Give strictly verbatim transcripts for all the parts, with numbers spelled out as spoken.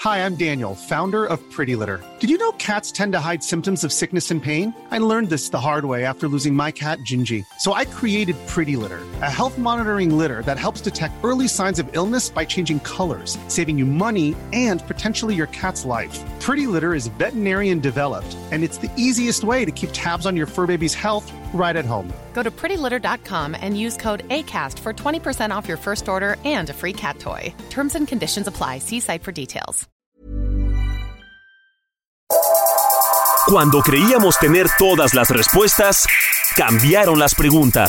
Hi, I'm Daniel, founder of Pretty Litter. Did you know cats tend to hide symptoms of sickness and pain? I learned this the hard way after losing my cat, Gingy. So I created Pretty Litter, a health monitoring litter that helps detect early signs of illness by changing colors, saving you money and potentially your cat's life. Pretty Litter is veterinarian developed, and it's the easiest way to keep tabs on your fur baby's health right at home. Go to pretty litter dot com and use code ACAST for twenty percent off your first order and a free cat toy. Terms and conditions apply. See site for details. Cuando creíamos tener todas las respuestas, cambiaron las preguntas.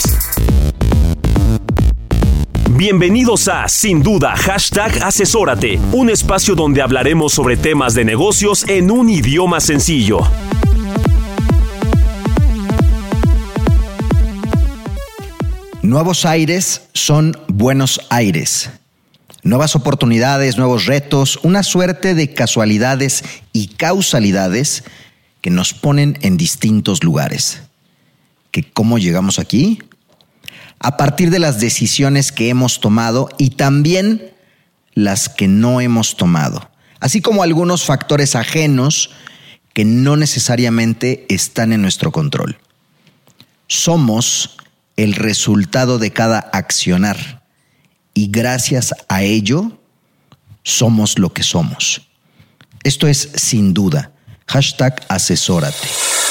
Bienvenidos a Sin Duda, hashtag Asesórate, un espacio donde hablaremos sobre temas de negocios en un idioma sencillo. Nuevos aires son buenos aires. Nuevas oportunidades, nuevos retos, una suerte de casualidades y causalidades que nos ponen en distintos lugares. ¿Que cómo llegamos aquí? A partir de las decisiones que hemos tomado y también las que no hemos tomado, así como algunos factores ajenos que no necesariamente están en nuestro control. Somos el resultado de cada accionar y gracias a ello somos lo que somos. Esto es Sin Duda. Hashtag Asesórate.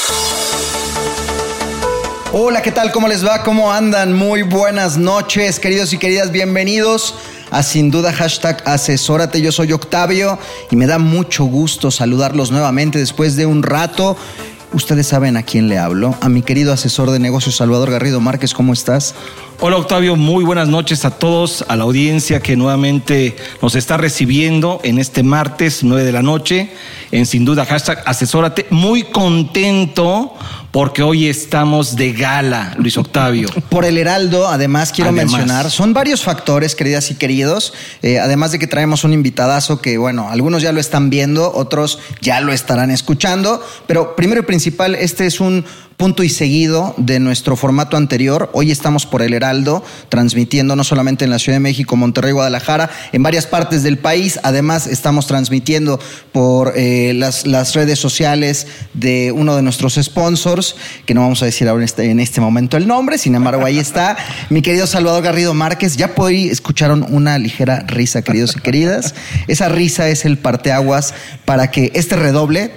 Hola, ¿qué tal? ¿Cómo les va? ¿Cómo andan? Muy buenas noches, queridos y queridas. Bienvenidos a Sin Duda, hashtag Asesórate. Yo soy Octavio y me da mucho gusto saludarlos nuevamente después de un rato. Ustedes saben a quién le hablo, a mi querido asesor de negocios, Salvador Garrido Márquez. ¿Cómo estás? Hola, Octavio, muy buenas noches a todos, a la audiencia que nuevamente nos está recibiendo en este martes nueve de la noche en Sin Duda, hashtag Asesórate. Muy contento porque hoy estamos de gala, Luis Octavio. Por el Heraldo, además quiero además. mencionar, son varios factores, queridas y queridos, eh, además de que traemos un invitadazo que, bueno, algunos ya lo están viendo, otros ya lo estarán escuchando, pero primero y principal, este es un punto y seguido de nuestro formato anterior. Hoy estamos por el Heraldo, transmitiendo no solamente en la Ciudad de México, Monterrey, Guadalajara, en varias partes del país. Además, estamos transmitiendo por eh, las, las redes sociales de uno de nuestros sponsors, que no vamos a decir ahora en este, en este momento el nombre, sin embargo, ahí está mi querido Salvador Garrido Márquez. Ya por ahí escucharon una ligera risa, queridos y queridas. Esa risa es el parteaguas para que este redoble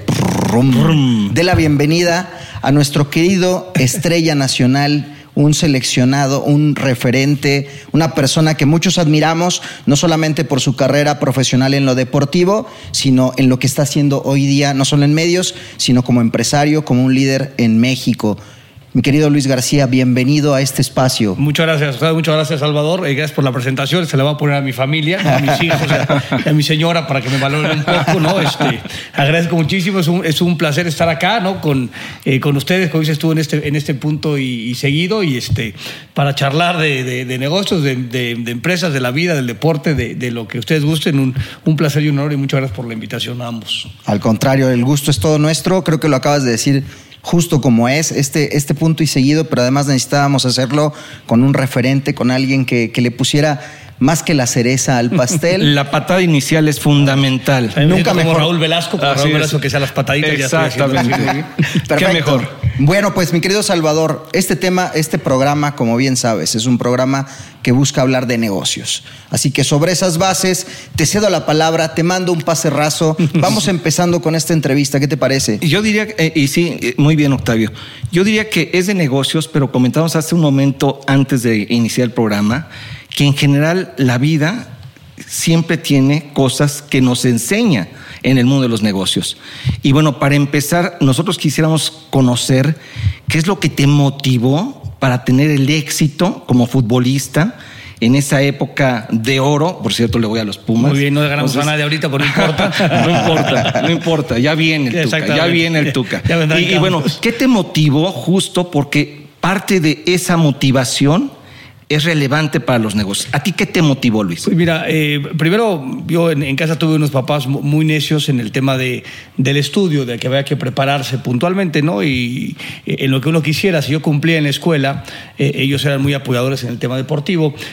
dé la bienvenida a nuestro querido estrella nacional, un seleccionado, un referente, una persona que muchos admiramos, no solamente por su carrera profesional en lo deportivo, sino en lo que está haciendo hoy día, no solo en medios, sino como empresario, como un líder en México. Mi querido Luis García, bienvenido a este espacio. Muchas gracias, muchas gracias, Salvador. Eh, gracias por la presentación. Se la voy a poner a mi familia, a mis hijos, a, a mi señora, para que me valoren un poco, ¿no? Este, agradezco muchísimo. Es un, es un placer estar acá, ¿no? Con, eh, con ustedes, como dices tú, en este, en este punto y, y seguido, y este, para charlar de, de, de negocios, de, de, de empresas, de la vida, del deporte, de, de lo que ustedes gusten. Un, un placer y un honor, y muchas gracias por la invitación a ambos. Al contrario, el gusto es todo nuestro. Creo que lo acabas de decir justo como es, este, este punto y seguido, pero además necesitábamos hacerlo con un referente, con alguien que, que le pusiera más que la cereza al pastel. La patada inicial es fundamental. Nunca mejor. Como Raúl Velasco, como Raúl Velasco, que sea las pataditas. Exactamente. Perfecto. ¿Qué mejor? Bueno, pues mi querido Salvador, este tema, este programa, como bien sabes, es un programa que busca hablar de negocios. Así que sobre esas bases, te cedo la palabra, te mando un pase raso. Vamos empezando con esta entrevista, ¿qué te parece? Yo diría, eh, y sí, muy bien, Octavio. Yo diría que es de negocios, pero comentamos hace un momento antes de iniciar el programa que en general la vida siempre tiene cosas que nos enseña en el mundo de los negocios. Y bueno, para empezar, nosotros quisiéramos conocer qué es lo que te motivó para tener el éxito como futbolista en esa época de oro. Por cierto, le voy a los Pumas. Muy bien, no ganamos Entonces, a nadie ahorita, pero no importa. No importa, no importa, ya viene el Tuca, ya viene el Tuca. Ya, ya y, y bueno, ¿qué te motivó? Justo porque parte de esa motivación es relevante para los negocios. ¿A ti qué te motivó, Luis? Pues mira, eh, primero yo en, en casa tuve unos papás muy necios en el tema de, del estudio, de que había que prepararse puntualmente, ¿no? Y eh, en lo que uno quisiera, si yo cumplía en la escuela, eh, ellos eran muy apoyadores en el tema deportivo.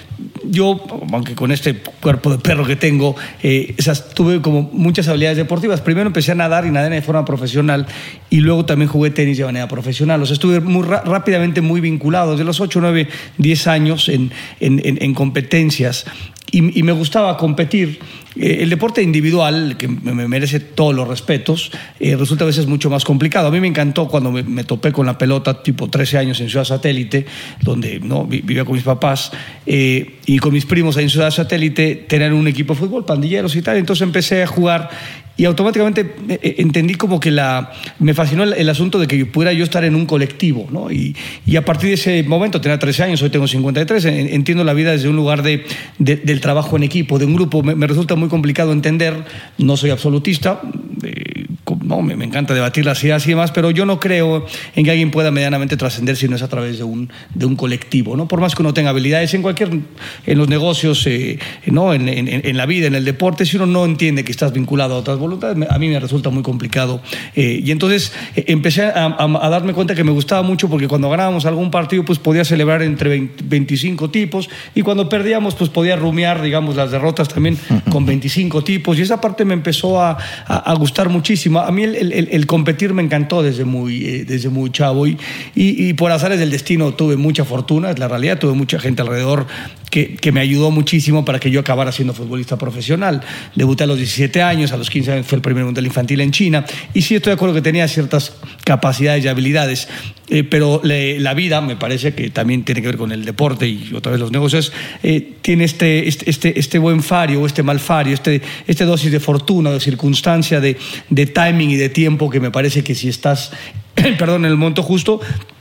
yo, aunque con este cuerpo de perro que tengo, eh, esas, tuve como muchas habilidades deportivas. Primero empecé a nadar y nadé de forma profesional y luego también jugué tenis de manera profesional. O sea, estuve muy rápidamente muy vinculado, desde los ocho, nueve, diez años en, en, en, en competencias. Y, y me gustaba competir. Eh, el deporte individual, que me, me merece todos los respetos, eh, resulta a veces mucho más complicado. A mí me encantó cuando me, me topé con la pelota, tipo trece años en Ciudad Satélite, donde no vivía con mis papás, eh, y con mis primos ahí en Ciudad Satélite, tener un equipo de fútbol, pandilleros y tal. Entonces empecé a jugar y automáticamente entendí como que la, me fascinó el, el asunto de que pudiera yo estar en un colectivo, ¿no? Y, y a partir de ese momento, tenía trece años, hoy tengo cincuenta y tres, entiendo la vida desde un lugar de, de, del trabajo en equipo, de un grupo. Me, me resulta muy complicado entender, no soy absolutista, eh, no, me, me encanta debatir las ideas y demás, pero yo no creo en que alguien pueda medianamente trascender si no es a través de un, de un colectivo, ¿no? Por más que uno tenga habilidades en cualquier, en los negocios, eh, ¿no? en, en, en la vida, en el deporte, si uno no entiende que estás vinculado a otras voluntades, a mí me resulta muy complicado. Eh, y entonces eh, empecé a, a, a darme cuenta que me gustaba mucho, porque cuando ganábamos algún partido, pues podía celebrar entre veinte, veinticinco tipos, y cuando perdíamos, pues podía rumiar, digamos, las derrotas también con veinticinco tipos, y esa parte me empezó a, a, a gustar muchísimo. A mí el, el, el competir me encantó desde muy, eh, desde muy chavo, y, y, y por azares del destino tuve mucha fortuna, es la realidad, tuve mucha gente alrededor que, que me ayudó muchísimo para que yo acabara siendo futbolista profesional. Debuté a los diecisiete años, a los quince años fue el primer mundial infantil en China, y sí estoy de acuerdo que tenía ciertas capacidades y habilidades, eh, pero le, la vida, me parece que también tiene que ver con el deporte y otra vez los negocios, eh, tiene este, este, este, este buen fario o este mal fario, este, este dosis de fortuna, de circunstancia, de, de timing y de tiempo, que me parece que si estás perdón, en el momento justo,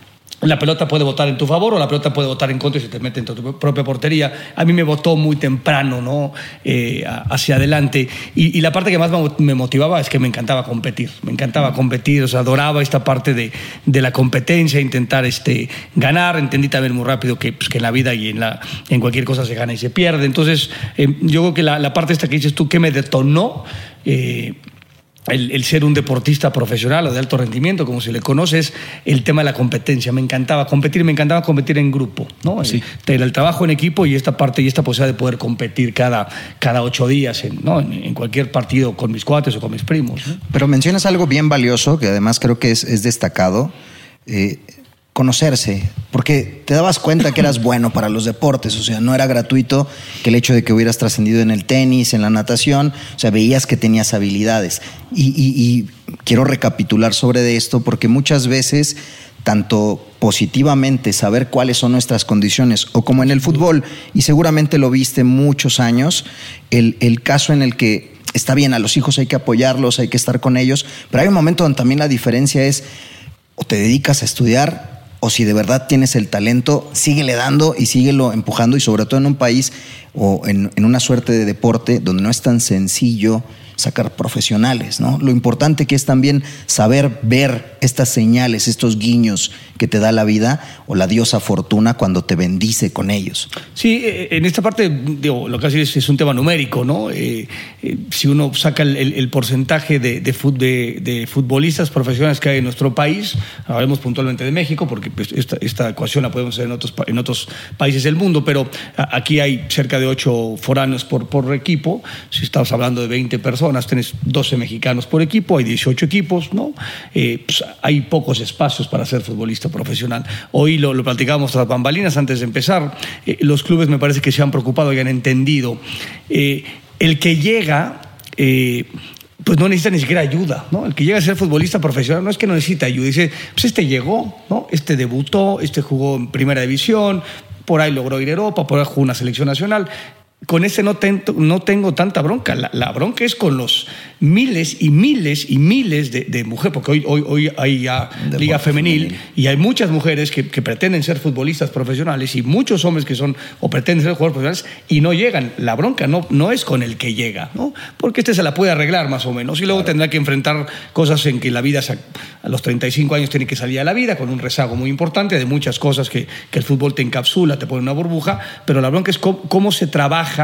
la pelota puede votar en tu favor o la pelota puede votar en contra y se te mete en tu propia portería. A mí me votó muy temprano, ¿no? Eh, hacia adelante. Y, y la parte que más me motivaba es que me encantaba competir. Me encantaba competir, o sea, adoraba esta parte de, de la competencia, intentar este, ganar. Entendí también muy rápido que, pues, que en la vida y en, la, en cualquier cosa se gana y se pierde. Entonces, eh, yo creo que la, la parte esta que dices tú, que me detonó... Eh, El, el ser un deportista profesional o de alto rendimiento, como se le conoce, es el tema de la competencia. Me encantaba competir, me encantaba competir en grupo, ¿no? Sí. El, el trabajo en equipo y esta parte y esta posibilidad de poder competir cada, cada ocho días en, ¿no? en, en cualquier partido con mis cuates o con mis primos, ¿no? Pero mencionas algo bien valioso, que además creo que es, es destacado, eh, conocerse, porque te dabas cuenta que eras bueno para los deportes, o sea, no era gratuito que el hecho de que hubieras trascendido en el tenis, en la natación, o sea, veías que tenías habilidades. Y, y, y quiero recapitular sobre esto, porque muchas veces, tanto positivamente saber cuáles son nuestras condiciones, o como en el fútbol, y seguramente lo viste muchos años, el, el caso en el que está bien, a los hijos hay que apoyarlos, hay que estar con ellos, pero hay un momento donde también la diferencia es, o te dedicas a estudiar, o si de verdad tienes el talento, síguele dando y síguelo empujando, y sobre todo en un país o en, en una suerte de deporte donde no es tan sencillo sacar profesionales, ¿no? Lo importante que es también saber ver estas señales, estos guiños que te da la vida o la diosa fortuna cuando te bendice con ellos. Sí, en esta parte, digo, lo que hace es, es un tema numérico, ¿no? Eh, eh, si uno saca el, el porcentaje de, de, fut, de, de futbolistas profesionales que hay en nuestro país, hablemos puntualmente de México, porque pues, esta, esta ecuación la podemos hacer en otros, en otros países del mundo, pero aquí hay cerca de ocho foráneos por, por equipo. Si estamos hablando de veinte personas, tenés doce mexicanos por equipo, hay dieciocho equipos, ¿no? Eh, pues hay pocos espacios para ser futbolista profesional. Hoy lo, lo platicábamos tras bambalinas antes de empezar. Eh, los clubes me parece que se han preocupado y han entendido. Eh, el que llega... Eh, pues no necesita ni siquiera ayuda, ¿no? El que llega a ser futbolista profesional no es que no necesita ayuda, dice, pues este llegó, ¿no? Este debutó, este jugó en primera división, por ahí logró ir a Europa, por ahí jugó una selección nacional. Con ese no, tento, no tengo tanta bronca. La, la bronca es con los miles y miles y miles de, de mujeres, porque hoy, hoy, hoy hay ya Deporte liga femenil, femenil y hay muchas mujeres que, que pretenden ser futbolistas profesionales y muchos hombres que son o pretenden ser jugadores profesionales y no llegan. La bronca no, no es con el que llega, ¿no? Porque este se la puede arreglar más o menos y luego claro. tendrá que enfrentar cosas en que la vida a los treinta y cinco años tiene que salir a la vida con un rezago muy importante de muchas cosas que, que el fútbol te encapsula, te pone una burbuja, pero la bronca es cómo, cómo se trabaja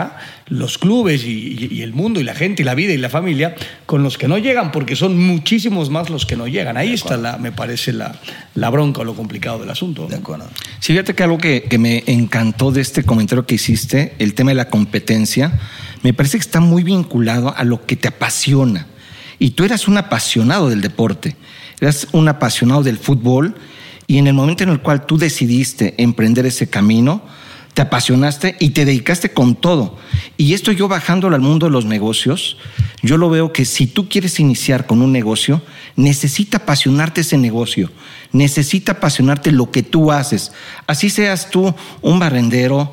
los clubes y, y el mundo y la gente y la vida y la familia con los que no llegan, porque son muchísimos más los que no llegan. Ahí está, la, me parece, la, la bronca o lo complicado del asunto, ¿no? De acuerdo. Sí, fíjate que algo que, que me encantó de este comentario que hiciste, el tema de la competencia, me parece que está muy vinculado a lo que te apasiona. Y tú eras un apasionado del deporte, eras un apasionado del fútbol, y en el momento en el cual tú decidiste emprender ese camino, te apasionaste y te dedicaste con todo. Y esto yo bajándolo al mundo de los negocios, yo lo veo que si tú quieres iniciar con un negocio, necesita apasionarte ese negocio, necesita apasionarte lo que tú haces. Así seas tú un barrendero,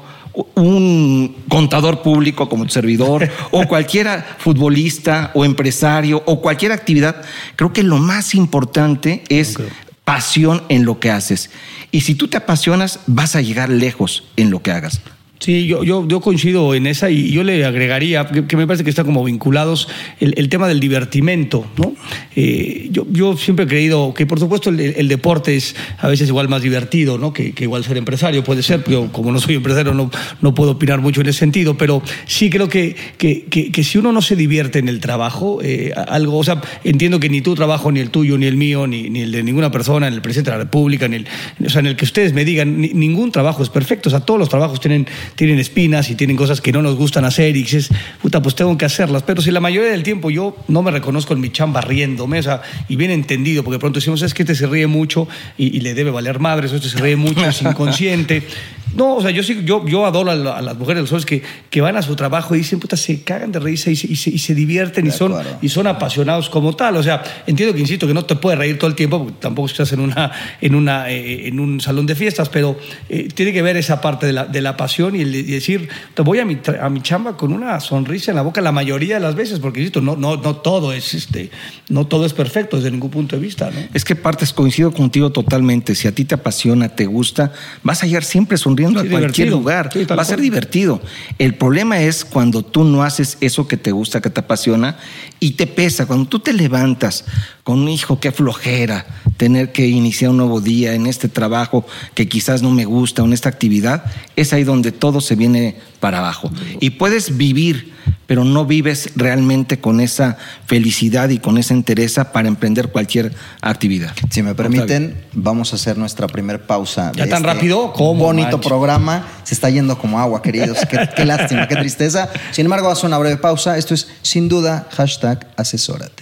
un contador público como tu servidor, o cualquiera futbolista o empresario, o cualquier actividad. Creo que lo más importante es okay. pasión en lo que haces. Y si tú te apasionas, vas a llegar lejos en lo que hagas. Sí, yo, yo, yo coincido en esa y yo le agregaría, que, que me parece que están como vinculados, el, el tema del divertimento, ¿no? Eh, yo, yo siempre he creído que, por supuesto, el, el deporte es a veces igual más divertido, ¿no? Que, que igual ser empresario puede ser. Yo, como no soy empresario, no, no puedo opinar mucho en ese sentido, pero sí creo que, que, que, que si uno no se divierte en el trabajo, eh, algo, o sea, entiendo que ni tu trabajo, ni el tuyo, ni el mío, ni, ni el de ninguna persona, ni el presidente de la República, ni el, o sea, en el que ustedes me digan, ni, ningún trabajo es perfecto. O sea, todos los trabajos tienen tienen espinas y tienen cosas que no nos gustan hacer y dices, puta, pues tengo que hacerlas. Pero si la mayoría del tiempo yo no me reconozco en mi chamba riéndome, o sea, y bien entendido, porque pronto decimos, es que este se ríe mucho y, y le debe valer madres, o este se ríe mucho, es inconsciente. No, o sea, yo sí, yo, yo adoro a, a las mujeres de los hombres que, que van a su trabajo y dicen, puta, se cagan de reírse y se, y se, y se divierten y son, y son apasionados como tal. O sea, entiendo que, insisto, que no te puedes reír todo el tiempo, porque tampoco estás en, una, en, una, eh, en un salón de fiestas, pero eh, tiene que ver esa parte de la, de la pasión y, el, y decir, te voy a mi, a mi chamba con una sonrisa en la boca la mayoría de las veces, porque, insisto, no, no, no, todo, es, este, no todo es perfecto desde ningún punto de vista, ¿no? Es que partes, coincido contigo totalmente. Si a ti te apasiona, te gusta, vas a hallar siempre sonriendo sí, a cualquier divertido. lugar. Sí, va a ser divertido. El problema es cuando tú no haces eso que te gusta, que te apasiona y te pesa. Cuando tú te levantas con un hijo, qué flojera tener que iniciar un nuevo día en este trabajo que quizás no me gusta, o en esta actividad, es ahí donde todo se viene para abajo. Y puedes vivir, pero no vives realmente con esa felicidad y con esa entereza para emprender cualquier actividad. Si me permiten, vamos a hacer nuestra primer pausa. ¿Ya tan este rápido? ¿Cómo, bonito manches? Programa. Se está yendo como agua, queridos. Qué, qué lástima, qué tristeza. Sin embargo, hace una breve pausa. Esto es, sin duda, hashtag asesórate.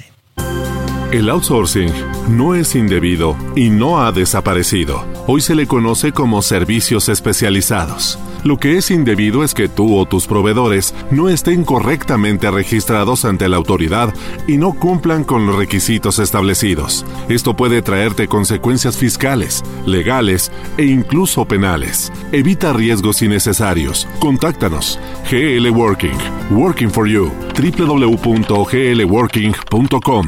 El outsourcing no es indebido y no ha desaparecido. Hoy se le conoce como servicios especializados. Lo que es indebido es que tú o tus proveedores no estén correctamente registrados ante la autoridad y no cumplan con los requisitos establecidos. Esto puede traerte consecuencias fiscales, legales e incluso penales. Evita riesgos innecesarios. Contáctanos. G L Working. Working for you. doble u doble u doble u punto g l working punto com.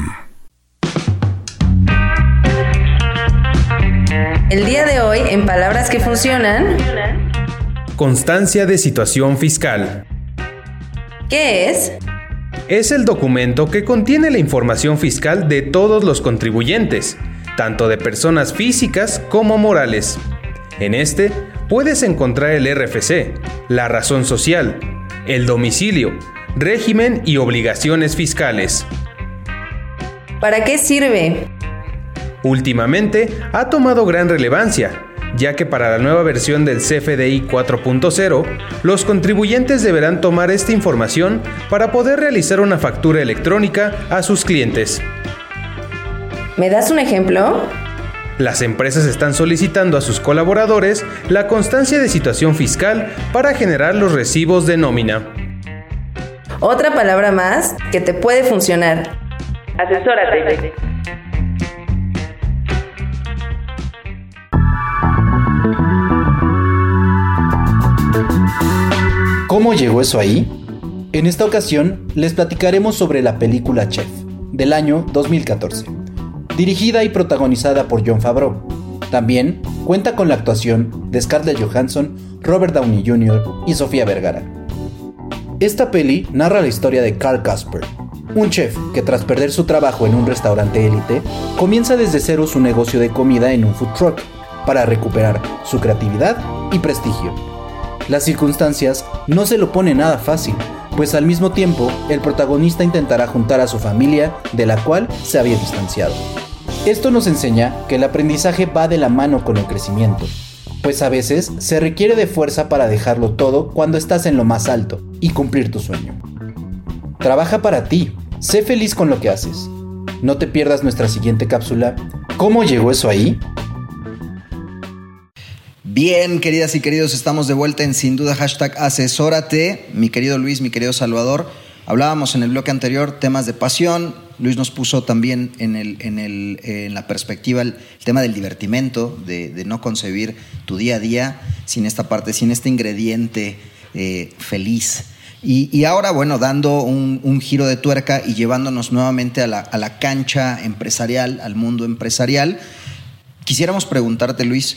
El día de hoy, en Palabras que Funcionan, constancia de situación fiscal. ¿Qué es? Es el documento que contiene la información fiscal de todos los contribuyentes, tanto de personas físicas como morales. En este puedes encontrar el R F C, la razón social, el domicilio, régimen y obligaciones fiscales. ¿Para qué sirve? Últimamente ha tomado gran relevancia, ya que para la nueva versión del C F D I cuatro punto cero, los contribuyentes deberán tomar esta información para poder realizar una factura electrónica a sus clientes. ¿Me das un ejemplo? Las empresas están solicitando a sus colaboradores la constancia de situación fiscal para generar los recibos de nómina. Otra palabra más que te puede funcionar. Asesórate. ¿Cómo llegó eso ahí? En esta ocasión les platicaremos sobre la película Chef, del año dos mil catorce, dirigida y protagonizada por Jon Favreau. También cuenta con la actuación de Scarlett Johansson, Robert Downey junior y Sofía Vergara. Esta peli narra la historia de Carl Casper, un chef que tras perder su trabajo en un restaurante élite, comienza desde cero su negocio de comida en un food truck para recuperar su creatividad y prestigio. Las circunstancias no se lo ponen nada fácil, pues al mismo tiempo el protagonista intentará juntar a su familia de la cual se había distanciado. Esto nos enseña que el aprendizaje va de la mano con el crecimiento, pues a veces se requiere de fuerza para dejarlo todo cuando estás en lo más alto y cumplir tu sueño. Trabaja para ti, sé feliz con lo que haces. No te pierdas nuestra siguiente cápsula, ¿cómo llegó eso ahí? Bien, queridas y queridos, estamos de vuelta en Sin Duda hashtag Asesórate. Mi querido Luis, mi querido Salvador, hablábamos en el bloque anterior temas de pasión. Luis nos puso también en, el, en, el, en la perspectiva el, el tema del divertimento, de, de no concebir tu día a día sin esta parte, sin este ingrediente eh, feliz. Y, y ahora, bueno, dando un, un giro de tuerca y llevándonos nuevamente a la, a la cancha empresarial, al mundo empresarial, quisiéramos preguntarte, Luis,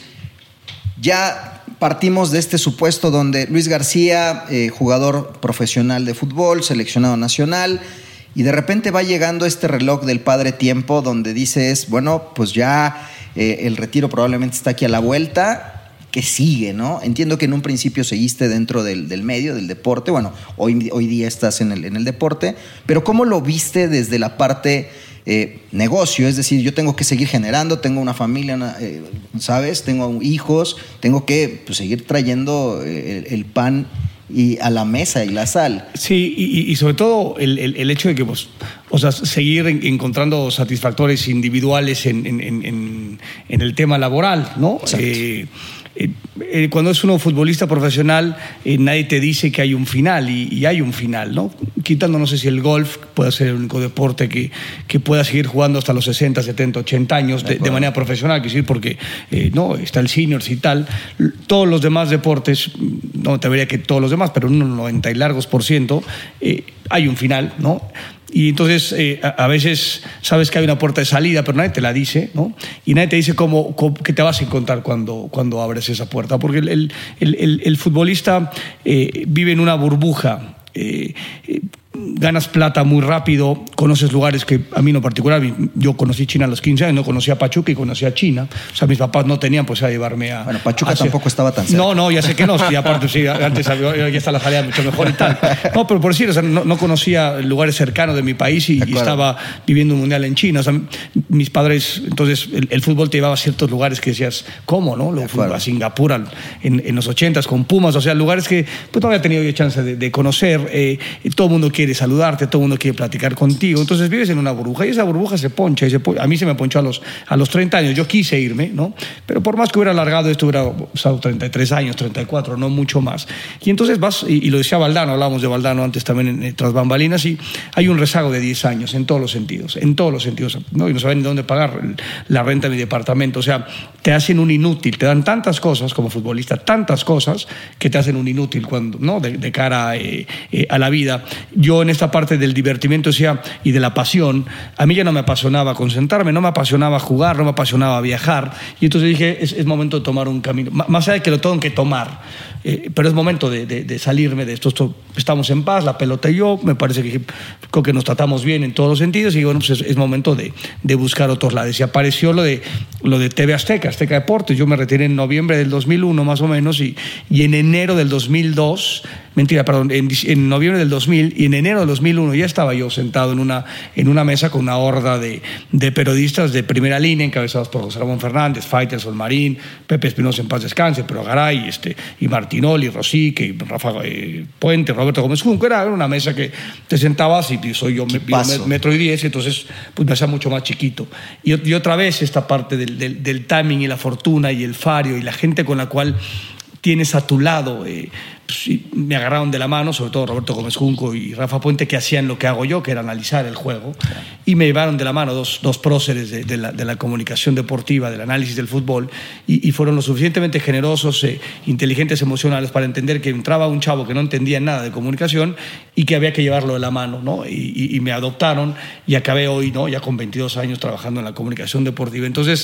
ya partimos de este supuesto donde Luis García, eh, jugador profesional de fútbol, seleccionado nacional, y de repente va llegando este reloj del padre tiempo donde dices, bueno, pues ya eh, el retiro probablemente está aquí a la vuelta. ¿Qué sigue, no? Entiendo que en un principio seguiste dentro del, del medio, del deporte. Bueno, hoy, hoy día estás en el, en el deporte, pero ¿cómo lo viste desde la parte eh, negocio? Es decir, yo tengo que seguir generando, tengo una familia, una, eh, ¿sabes? Tengo hijos, tengo que pues, seguir trayendo el, el pan y a la mesa y la sal. Sí, y, y sobre todo el, el, el hecho de que pues, o sea, seguir en, encontrando satisfactores individuales en, en, en, en el tema laboral, ¿no? Eh, eh, eh, cuando es uno futbolista profesional, eh, nadie te dice que hay un final, y, y hay un final, ¿no? Quitando, no sé si el golf puede ser el único deporte que, que pueda seguir jugando hasta los sesenta, setenta, ochenta años de, de, de manera profesional, quiero decir, porque eh, no, está el seniors y tal. Todos los demás deportes, no te vería que todos los demás, pero un noventa y largos por ciento, eh, hay un final, ¿no? Y entonces eh, a, a veces sabes que hay una puerta de salida, pero nadie te la dice, ¿no? Y nadie te dice cómo, cómo que te vas a encontrar cuando, cuando abres esa puerta, porque el, el, el, el futbolista eh, vive en una burbuja. Eh, eh, ganas plata muy rápido, conoces lugares que a mí en particular, yo conocí China a los quince años, no conocía Pachuca y conocía China, o sea, mis papás no tenían pues a llevarme a... Bueno, Pachuca hacia... tampoco estaba tan cerca. No, no, ya sé que no, y aparte sí, antes ya está la salida mucho mejor y tal. No, pero por decir, o sea, no, no conocía lugares cercanos de mi país y, y estaba viviendo un mundial en China, o sea, mis padres, entonces el, el fútbol te llevaba a ciertos lugares que decías, ¿cómo, no? Lo fui a Singapur en, en los ochentas con Pumas, o sea, lugares que pues no había tenido yo chance de, de conocer, eh, todo el mundo quiere saludarte, todo el mundo quiere platicar contigo, entonces vives en una burbuja y esa burbuja se poncha, y se poncha. A mí se me ponchó a los, a los treinta años, yo quise irme, ¿no? Pero por más que hubiera alargado esto, hubiera usado treinta y tres años, treinta y cuatro, no mucho más. Y entonces vas, y, y lo decía Valdano, hablábamos de Valdano antes también en, en Tras Bambalinas, y hay un rezago de diez años en todos los sentidos, en todos los sentidos, ¿no? Y no saben ni dónde pagar la renta de mi departamento, o sea, te hacen un inútil, te dan tantas cosas como futbolista, tantas cosas que te hacen un inútil cuando, ¿no? de, de cara eh, eh, a la vida. Yo en esta parte del divertimento sea, y de la pasión, a mí ya no me apasionaba concentrarme, no me apasionaba jugar, no me apasionaba viajar, y entonces dije, es, es momento de tomar un camino, más allá de que lo tengo que tomar, eh, pero es momento de, de, de salirme de esto. esto, estamos en paz, la pelota y yo, me parece que creo que nos tratamos bien en todos los sentidos, y bueno, pues es, es momento de, de buscar otros lados, y apareció lo de, lo de T V Azteca, Azteca Deportes. Yo me retiré en noviembre del dos mil uno más o menos, y, y en enero del dos mil dos, mentira, perdón, en, en noviembre del dos mil, y en enero del dos mil uno ya estaba yo sentado en una, en una mesa con una horda de, de periodistas de primera línea, encabezados por José Ramón Fernández, Faitelson Marín, Pepe Espinosa en paz descanse, pero Garay, este, y Martinoli, Rosique, y Rafa eh, Puente, Roberto Gómez Junco. Era una mesa que te sentabas y soy yo, me, yo metro y diez, entonces pues me hacía mucho más chiquito. Y, y otra vez esta parte del, del, del timing y la fortuna y el fario y la gente con la cual tienes a tu lado, eh, pues, me agarraron de la mano, sobre todo Roberto Gómez Junco y Rafa Puente, que hacían lo que hago yo, que era analizar el juego, y me llevaron de la mano dos, dos próceres de, de, la, de la comunicación deportiva, del análisis del fútbol, y, y fueron lo suficientemente generosos, eh, inteligentes, emocionales, para entender que entraba un chavo que no entendía nada de comunicación y que había que llevarlo de la mano, ¿no? Y, y, y me adoptaron, y acabé hoy, ¿no? Ya con veintidós años trabajando en la comunicación deportiva. Entonces,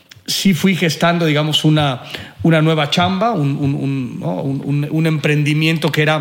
sí fui gestando, digamos, una, una nueva chamba, un, un, un, ¿no? un, un, un emprendimiento que era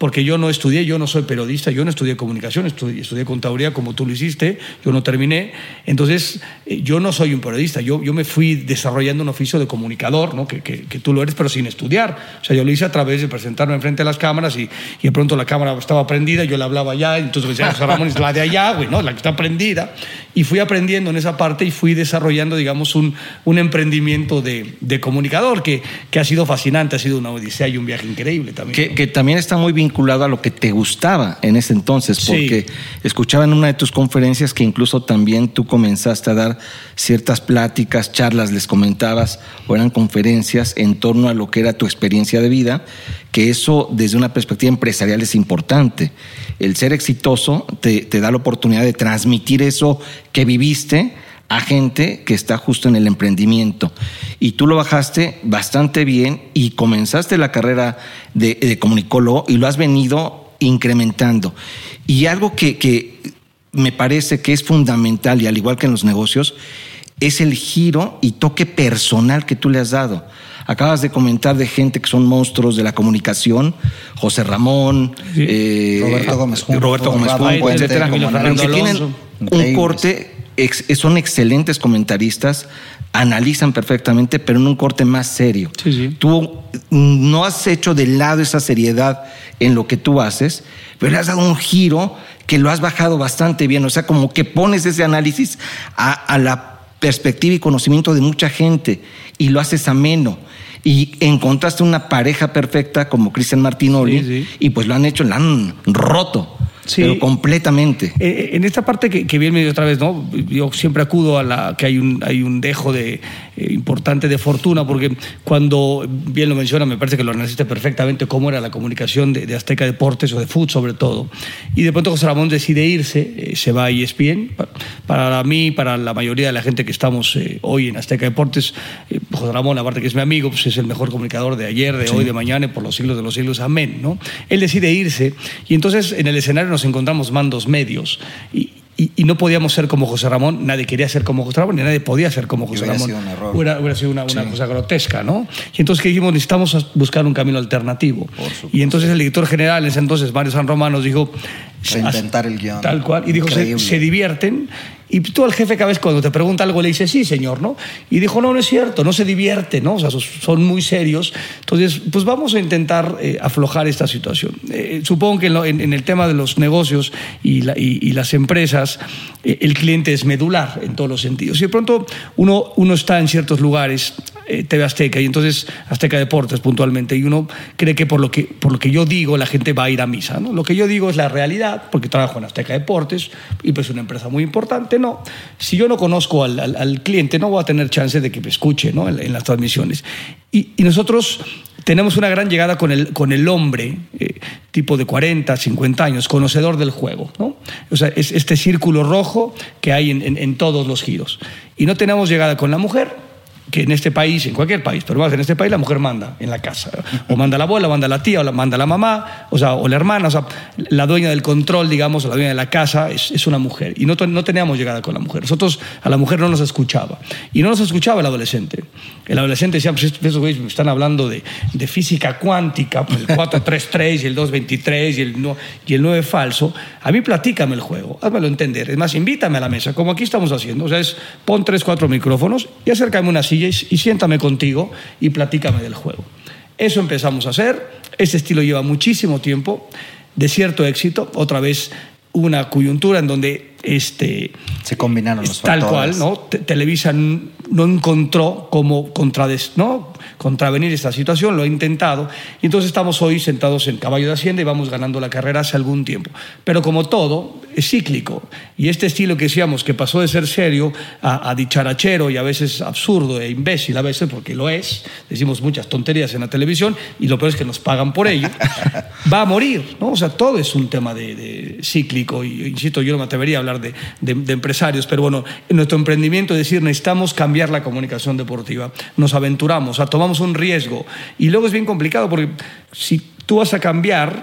porque yo no estudié, yo no soy periodista, yo no estudié comunicación, estudié, estudié contaduría como tú lo hiciste, yo no terminé. Entonces, eh, yo no soy un periodista, yo, yo me fui desarrollando un oficio de comunicador, ¿no? que, que, que tú lo eres, pero sin estudiar. O sea, yo lo hice a través de presentarme enfrente de las cámaras y, y de pronto la cámara estaba prendida, yo le hablaba allá, entonces me decía, José Ramón es la de allá, güey, ¿no? La que está prendida. Y fui aprendiendo en esa parte y fui desarrollando, digamos, un, un emprendimiento de, de comunicador que, que ha sido fascinante, ha sido una odisea y un viaje increíble también. Que, que también está muy vinculado a lo que te gustaba en ese entonces, porque sí. escuchaba en una de tus conferencias que incluso también tú comenzaste a dar ciertas pláticas, charlas, les comentabas, o eran conferencias en torno a lo que era tu experiencia de vida, que eso desde una perspectiva empresarial es importante. El ser exitoso te, te da la oportunidad de transmitir eso que viviste a gente que está justo en el emprendimiento. Y tú lo bajaste bastante bien y comenzaste la carrera de, de comunicólogo y lo has venido incrementando. Y algo que, que me parece que es fundamental, y al igual que en los negocios, es el giro y toque personal que tú le has dado. Acabas de comentar de gente que son monstruos de la comunicación, José Ramón, sí. eh, Roberto Gómez Junco, Roberto Gómez Junco, etcétera, que tienen un corte, ex, son excelentes comentaristas, analizan perfectamente, pero en un corte más serio. Sí, sí. Tú no has hecho de lado esa seriedad en lo que tú haces, pero le has dado un giro que lo has bajado bastante bien. O sea, como que pones ese análisis a, a la perspectiva y conocimiento de mucha gente y lo haces ameno. Y encontraste una pareja perfecta como Cristian Martinoli, sí, sí. y pues lo han hecho, lo han roto. Sí. Pero completamente. Eh, en esta parte que, que bien me dio otra vez, ¿no? Yo siempre acudo a la que hay un, hay un dejo de, eh, importante de fortuna, porque cuando bien lo menciona, me parece que lo analizaste perfectamente cómo era la comunicación de, de Azteca Deportes o de fútbol sobre todo. Y de pronto José Ramón decide irse, eh, se va a E S P N. Para mí, para la mayoría de la gente que estamos eh, hoy en Azteca Deportes, eh, José Ramón, aparte que es mi amigo, pues es el mejor comunicador de ayer, de sí. hoy, de mañana y por los siglos de los siglos. Amén, ¿no? Él decide irse y entonces en el escenario nos encontramos mandos medios y, y, y no podíamos ser como José Ramón, nadie quería ser como José Ramón, ni nadie podía ser como José hubiera Ramón. Sido un error. Hubiera, hubiera sido una, una sí. cosa grotesca, ¿no? Y entonces que dijimos, necesitamos buscar un camino alternativo. Y entonces el director general, en ese entonces, Mario San Román, nos dijo... Reinventar el guión. Tal cual. Y dijo, se, se divierten. Y tú al jefe cada vez cuando te pregunta algo le dices, sí, señor, ¿no? Y dijo, no, no es cierto, no se divierte, ¿no? O sea, son muy serios. Entonces, pues vamos a intentar eh, aflojar esta situación. Eh, supongo que en, lo, en, en el tema de los negocios y, la, y, y las empresas, eh, el cliente es medular en todos los sentidos. Y de pronto uno, uno está en ciertos lugares, eh, T V Azteca, y entonces Azteca Deportes puntualmente, y uno cree que por lo que, por lo que yo digo la gente va a ir a misa, ¿no? Lo que yo digo es la realidad, porque trabajo en Azteca Deportes y pues es una empresa muy importante. No, si yo no conozco al, al, al cliente, no voy a tener chance de que me escuche, ¿no? en, en las transmisiones. Y, y nosotros tenemos una gran llegada con el, con el hombre, eh, tipo de cuarenta, cincuenta años, conocedor del juego, ¿no? O sea, es este círculo rojo que hay en, en, en todos los giros. Y no tenemos llegada con la mujer, que en este país, en cualquier país, pero más en este país la mujer manda en la casa. O manda la abuela, o manda la tía, o la, manda la mamá, o sea, o la hermana. O sea, la dueña del control, digamos, la dueña de la casa es, es una mujer. Y no, no teníamos llegada con la mujer. Nosotros a la mujer no nos escuchaba. Y no nos escuchaba el adolescente. El adolescente decía, pues esos güeyes me están hablando de, de física cuántica, pues el cuatro tres tres y el dos veintitrés y el, no, y el nueve falso. A mí platícame el juego, házmelo entender. Es más, invítame a la mesa, como aquí estamos haciendo. O sea, es pon tres, cuatro micrófonos y acércame una silla y, y siéntame contigo y platícame del juego. Eso empezamos a hacer. Este estilo lleva muchísimo tiempo, de cierto éxito. Otra vez una coyuntura en donde este, se combinaron los tal factores. Cual, ¿no? Televisa no encontró cómo contrades, ¿no? contravenir esta situación, lo ha intentado, y entonces estamos hoy sentados en caballo de Hacienda y vamos ganando la carrera hace algún tiempo. Pero como todo, es cíclico, y este estilo que decíamos que pasó de ser serio a, a dicharachero y a veces absurdo e imbécil a veces, porque lo es, decimos muchas tonterías en la televisión y lo peor es que nos pagan por ello, va a morir, ¿no? O sea, todo es un tema de, de cíclico, y insisto, yo no me atrevería a hablar de, de, de empresarios, pero bueno, en nuestro emprendimiento es decir, necesitamos cambiar la comunicación deportiva, nos aventuramos, o sea, tomamos un riesgo, y luego es bien complicado porque si tú vas a cambiar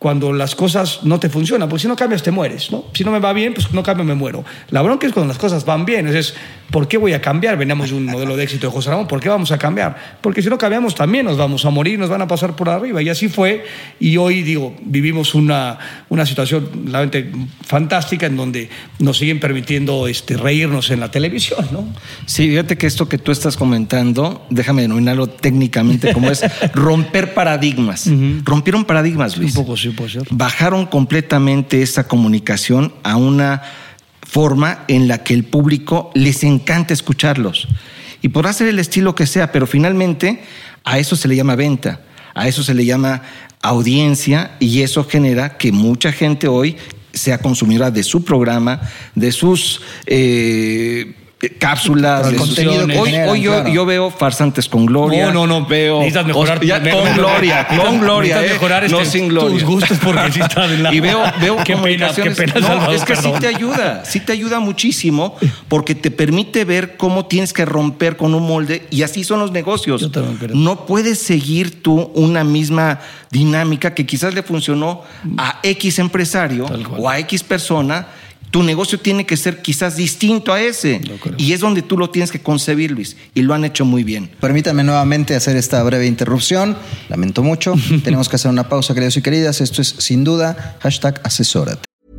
cuando las cosas no te funcionan, porque si no cambias te mueres, ¿no? Si no me va bien, pues no cambio, me muero. La bronca es cuando las cosas van bien. Entonces, ¿por qué voy a cambiar? Veníamos de un modelo de éxito de José Ramón, ¿por qué vamos a cambiar? Porque si no cambiamos también nos vamos a morir, nos van a pasar por arriba. Y así fue. Y hoy, digo, vivimos una, una situación realmente fantástica en donde nos siguen permitiendo este, reírnos en la televisión, ¿no? Sí, fíjate que esto que tú estás comentando, déjame denominarlo técnicamente como es romper paradigmas. Uh-huh. Rompieron paradigmas, Luis. Un poco sí puede ser. Bajaron completamente esa comunicación a una forma en la que el público les encanta escucharlos. Y podrá ser el estilo que sea, pero finalmente a eso se le llama venta, a eso se le llama audiencia, y eso genera que mucha gente hoy sea consumidora de su programa, de sus eh, cápsulas, de contenido. Hoy, generan, hoy yo, claro. yo veo Farsantes con Gloria. No, no, no. Veo necesitas mejorar ya, tu, con Gloria, con Gloria, necesitas eh, mejorar no este, sin Gloria. tus gustos porque sí está de lado. Y veo, veo qué pena, qué pena, no, Salvador, es que perdón. sí te ayuda, sí te ayuda muchísimo porque te permite ver cómo tienes que romper con un molde, y así son los negocios. Yo también creo. No puedes seguir tú una misma dinámica que quizás le funcionó a X empresario o a X persona. Tu negocio tiene que ser quizás distinto a ese. Y es donde tú lo tienes que concebir, Luis. Y lo han hecho muy bien. Permítanme nuevamente hacer esta breve interrupción. Lamento mucho. Tenemos que hacer una pausa, queridos y queridas. Esto es Sin Duda, hashtag asesórate.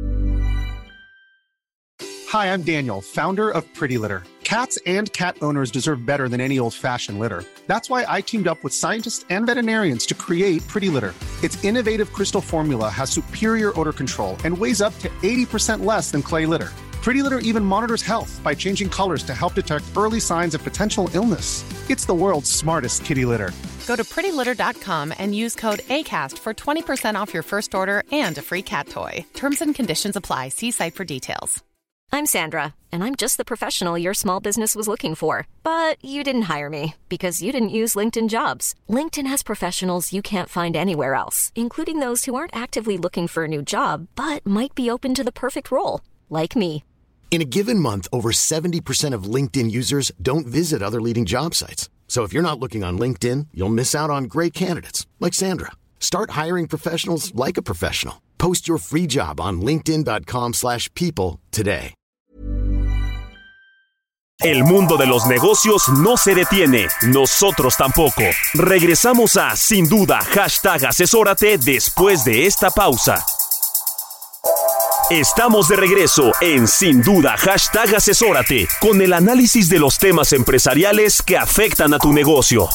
Hi, I'm Daniel, founder of Pretty Litter. Cats and cat owners deserve better than any old-fashioned litter. That's why I teamed up with scientists and veterinarians to create Pretty Litter. Its innovative crystal formula has superior odor control and weighs up to eighty percent less than clay litter. Pretty Litter even monitors health by changing colors to help detect early signs of potential illness. It's the world's smartest kitty litter. Go to pretty litter dot com and use code ACAST for twenty percent off your first order and a free cat toy. Terms and conditions apply. See site for details. I'm Sandra, and I'm just the professional your small business was looking for. But you didn't hire me because you didn't use LinkedIn Jobs. LinkedIn has professionals you can't find anywhere else, including those who aren't actively looking for a new job, but might be open to the perfect role, like me. In a given month, over seventy percent of LinkedIn users don't visit other leading job sites. So if you're not looking on LinkedIn, you'll miss out on great candidates like Sandra. Start hiring professionals like a professional. Post your free job on linkedin dot com slash people today. El mundo de los negocios no se detiene, nosotros tampoco. Regresamos a Sin Duda, hashtag asesórate después de esta pausa. Estamos de regreso en Sin Duda, hashtag asesórate, con el análisis de los temas empresariales que afectan a tu negocio.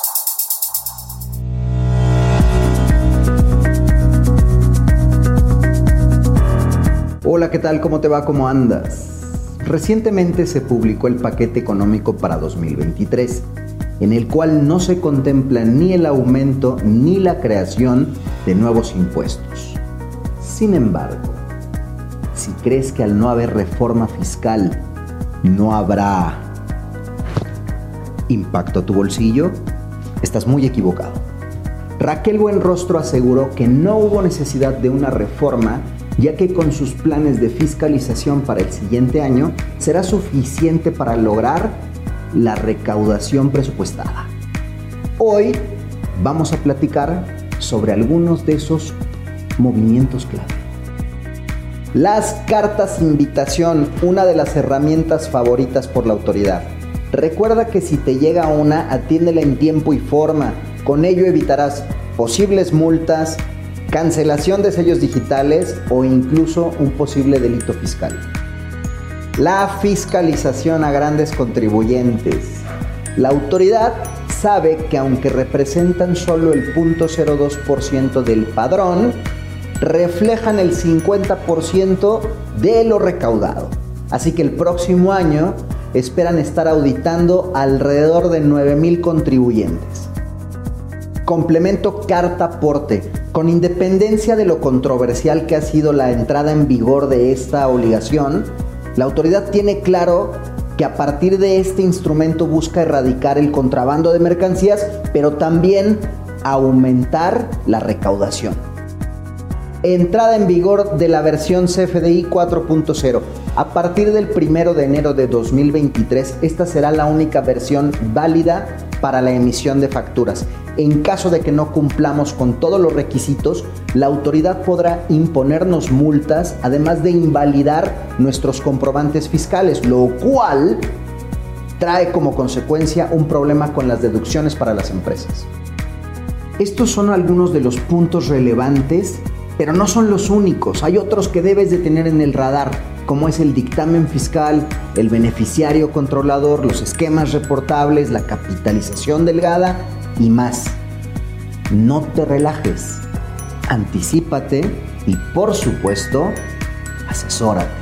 Hola, ¿qué tal? ¿Cómo te va? ¿Cómo andas? Recientemente se publicó el paquete económico para dos mil veintitrés, en el cual no se contempla ni el aumento ni la creación de nuevos impuestos. Sin embargo, si crees que al no haber reforma fiscal no habrá impacto a tu bolsillo, estás muy equivocado. Raquel Buenrostro aseguró que no hubo necesidad de una reforma, ya que con sus planes de fiscalización para el siguiente año será suficiente para lograr la recaudación presupuestada. Hoy vamos a platicar sobre algunos de esos movimientos clave. Las cartas invitación, una de las herramientas favoritas por la autoridad. Recuerda que si te llega una, atiéndela en tiempo y forma. Con ello evitarás posibles multas, cancelación de sellos digitales o incluso un posible delito fiscal. La fiscalización a grandes contribuyentes. La autoridad sabe que aunque representan solo el cero punto cero dos por ciento del padrón, reflejan el cincuenta por ciento de lo recaudado. Así que el próximo año esperan estar auditando alrededor de nueve mil contribuyentes. Complemento carta aporte. Con independencia de lo controversial que ha sido la entrada en vigor de esta obligación, la autoridad tiene claro que a partir de este instrumento busca erradicar el contrabando de mercancías, pero también aumentar la recaudación. Entrada en vigor de la versión C F D I cuatro punto cero. A partir del primero de enero de dos mil veintitrés, esta será la única versión válida para la emisión de facturas. En caso de que no cumplamos con todos los requisitos, la autoridad podrá imponernos multas, además de invalidar nuestros comprobantes fiscales, lo cual trae como consecuencia un problema con las deducciones para las empresas. Estos son algunos de los puntos relevantes, pero no son los únicos. Hay otros que debes de tener en el radar, como es el dictamen fiscal, el beneficiario controlador, los esquemas reportables, la capitalización delgada y más. No te relajes, anticípate y, por supuesto, asesórate.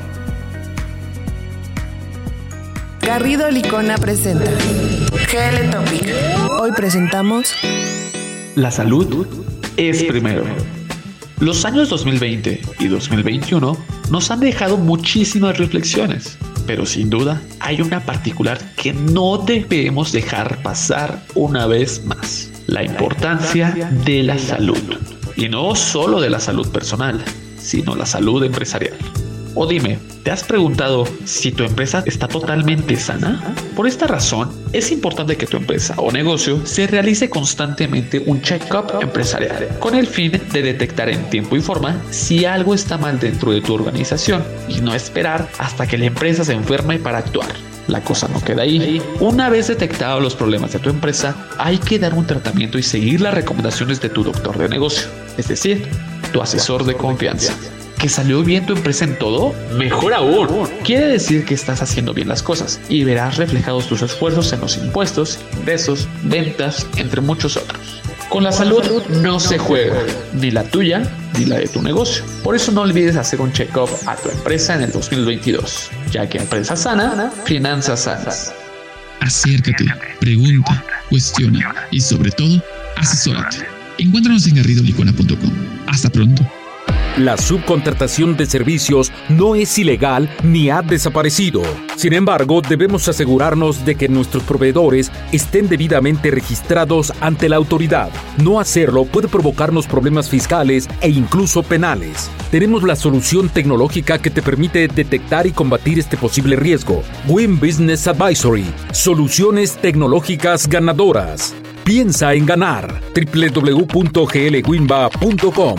Garrido Licona presenta G L Topic. Hoy presentamos La salud es primero. Los años dos mil veinte y dos mil veintiuno nos han dejado muchísimas reflexiones, pero sin duda hay una particular que no debemos dejar pasar una vez más: la importancia de la salud. Y no solo de la salud personal, sino la salud empresarial. O dime, ¿te has preguntado si tu empresa está totalmente sana? Por esta razón, es importante que tu empresa o negocio se realice constantemente un check-up empresarial, con el fin de detectar en tiempo y forma si algo está mal dentro de tu organización y no esperar hasta que la empresa se enferme para actuar. La cosa no queda ahí. Una vez detectados los problemas de tu empresa, hay que dar un tratamiento y seguir las recomendaciones de tu doctor de negocio, es decir, tu asesor de confianza. ¿Que salió bien tu empresa en todo? Mejor aún. Quiere decir que estás haciendo bien las cosas y verás reflejados tus esfuerzos en los impuestos, ingresos, ventas, entre muchos otros. Con la salud no se juega, ni la tuya ni la de tu negocio. Por eso no olvides hacer un check-up a tu empresa en el dos mil veintidós, ya que empresa sana, finanzas sanas. Acércate, pregunta, cuestiona y sobre todo, asesórate. Encuéntranos en garrido licona punto com. Hasta pronto. La subcontratación de servicios no es ilegal ni ha desaparecido. Sin embargo, debemos asegurarnos de que nuestros proveedores estén debidamente registrados ante la autoridad. No hacerlo puede provocarnos problemas fiscales e incluso penales. Tenemos la solución tecnológica que te permite detectar y combatir este posible riesgo. Win Business Advisory. Soluciones tecnológicas ganadoras. Piensa en ganar. doble u doble u doble u punto g l winba punto com.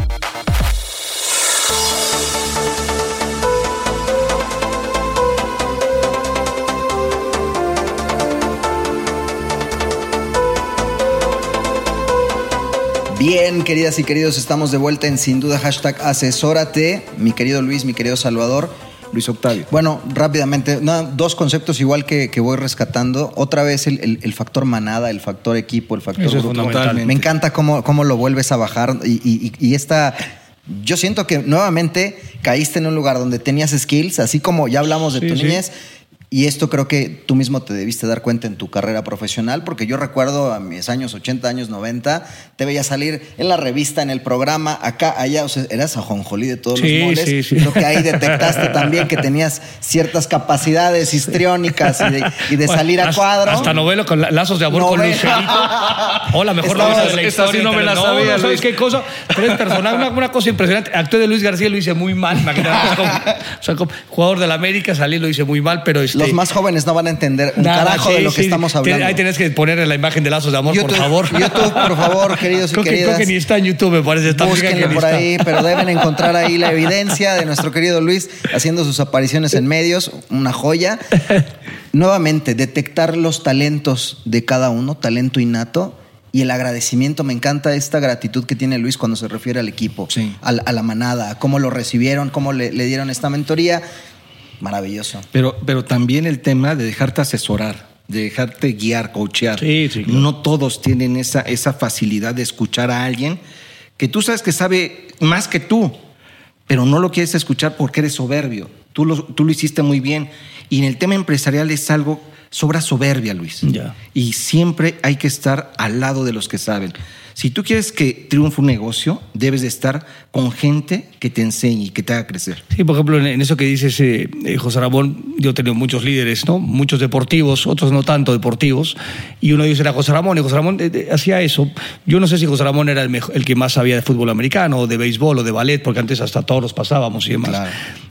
Bien, queridas y queridos, estamos de vuelta en Sin Duda, hashtag asesórate. Mi querido Luis, mi querido Salvador. Luis Octavio. Bueno, rápidamente, no, dos conceptos igual que, que voy rescatando. Otra vez el, el, el factor manada, el factor equipo, el factor Eso grupo. Es Me encanta cómo, cómo lo vuelves a bajar y, y, y esta... Yo siento que nuevamente caíste en un lugar donde tenías skills, así como ya hablamos de sí, tu sí. niñez. Y esto creo que tú mismo te debiste dar cuenta en tu carrera profesional, porque yo recuerdo a mis años ochenta, años noventa, te veía salir en la revista, en el programa, acá, allá, o sea, eras ajonjolí de todos sí, los moles. Sí, sí. Creo que ahí detectaste también que tenías ciertas capacidades histriónicas y de, y de bueno, salir a cuadro. Hasta novela con lazos de amor novela. Con Lucerito. Hola, mejor novela de la historia. Sí no me la no, sabía, no, ¿sabes qué cosa? Tres personajes, una, una cosa impresionante. Actué de Luis García, lo hice muy mal. Imagínate, como, o sea, como jugador de la América, salí, lo hice muy mal, pero este, los más jóvenes no van a entender un Nada, carajo sí, de lo que sí, estamos hablando. Ahí tenés que poner la imagen de lazos de amor, YouTube, por favor. YouTube, por favor, queridos y creo queridas. Que, creo que ni está en YouTube, me parece. Está Búsquenlo por está. ahí, pero deben encontrar ahí la evidencia de nuestro querido Luis haciendo sus apariciones en medios, una joya. Nuevamente, detectar los talentos de cada uno, talento innato. Y el agradecimiento, me encanta esta gratitud que tiene Luis cuando se refiere al equipo, sí. a, a la manada, a cómo lo recibieron, cómo le, le dieron esta mentoría. Maravilloso. Pero, pero también el tema de dejarte asesorar, de dejarte guiar, coachear. Sí, sí, claro. No todos tienen esa, esa facilidad de escuchar a alguien que tú sabes que sabe más que tú, pero no lo quieres escuchar porque eres soberbio. Tú lo, tú lo hiciste muy bien. Y en el tema empresarial es algo, sobra soberbia, Luis. Ya. Y siempre hay que estar al lado de los que saben. Si tú quieres que triunfe un negocio, debes de estar con gente que te enseñe y que te haga crecer. Sí, por ejemplo, en eso que dices, eh, eh, José Ramón, yo he tenido muchos líderes, ¿no? Muchos deportivos, otros no tanto deportivos, y uno de ellos era José Ramón, y José Ramón eh, eh, hacía eso. Yo no sé si José Ramón era el, mejor, el que más sabía de fútbol americano, o de béisbol, o de ballet, porque antes hasta todos los pasábamos y demás. Claro.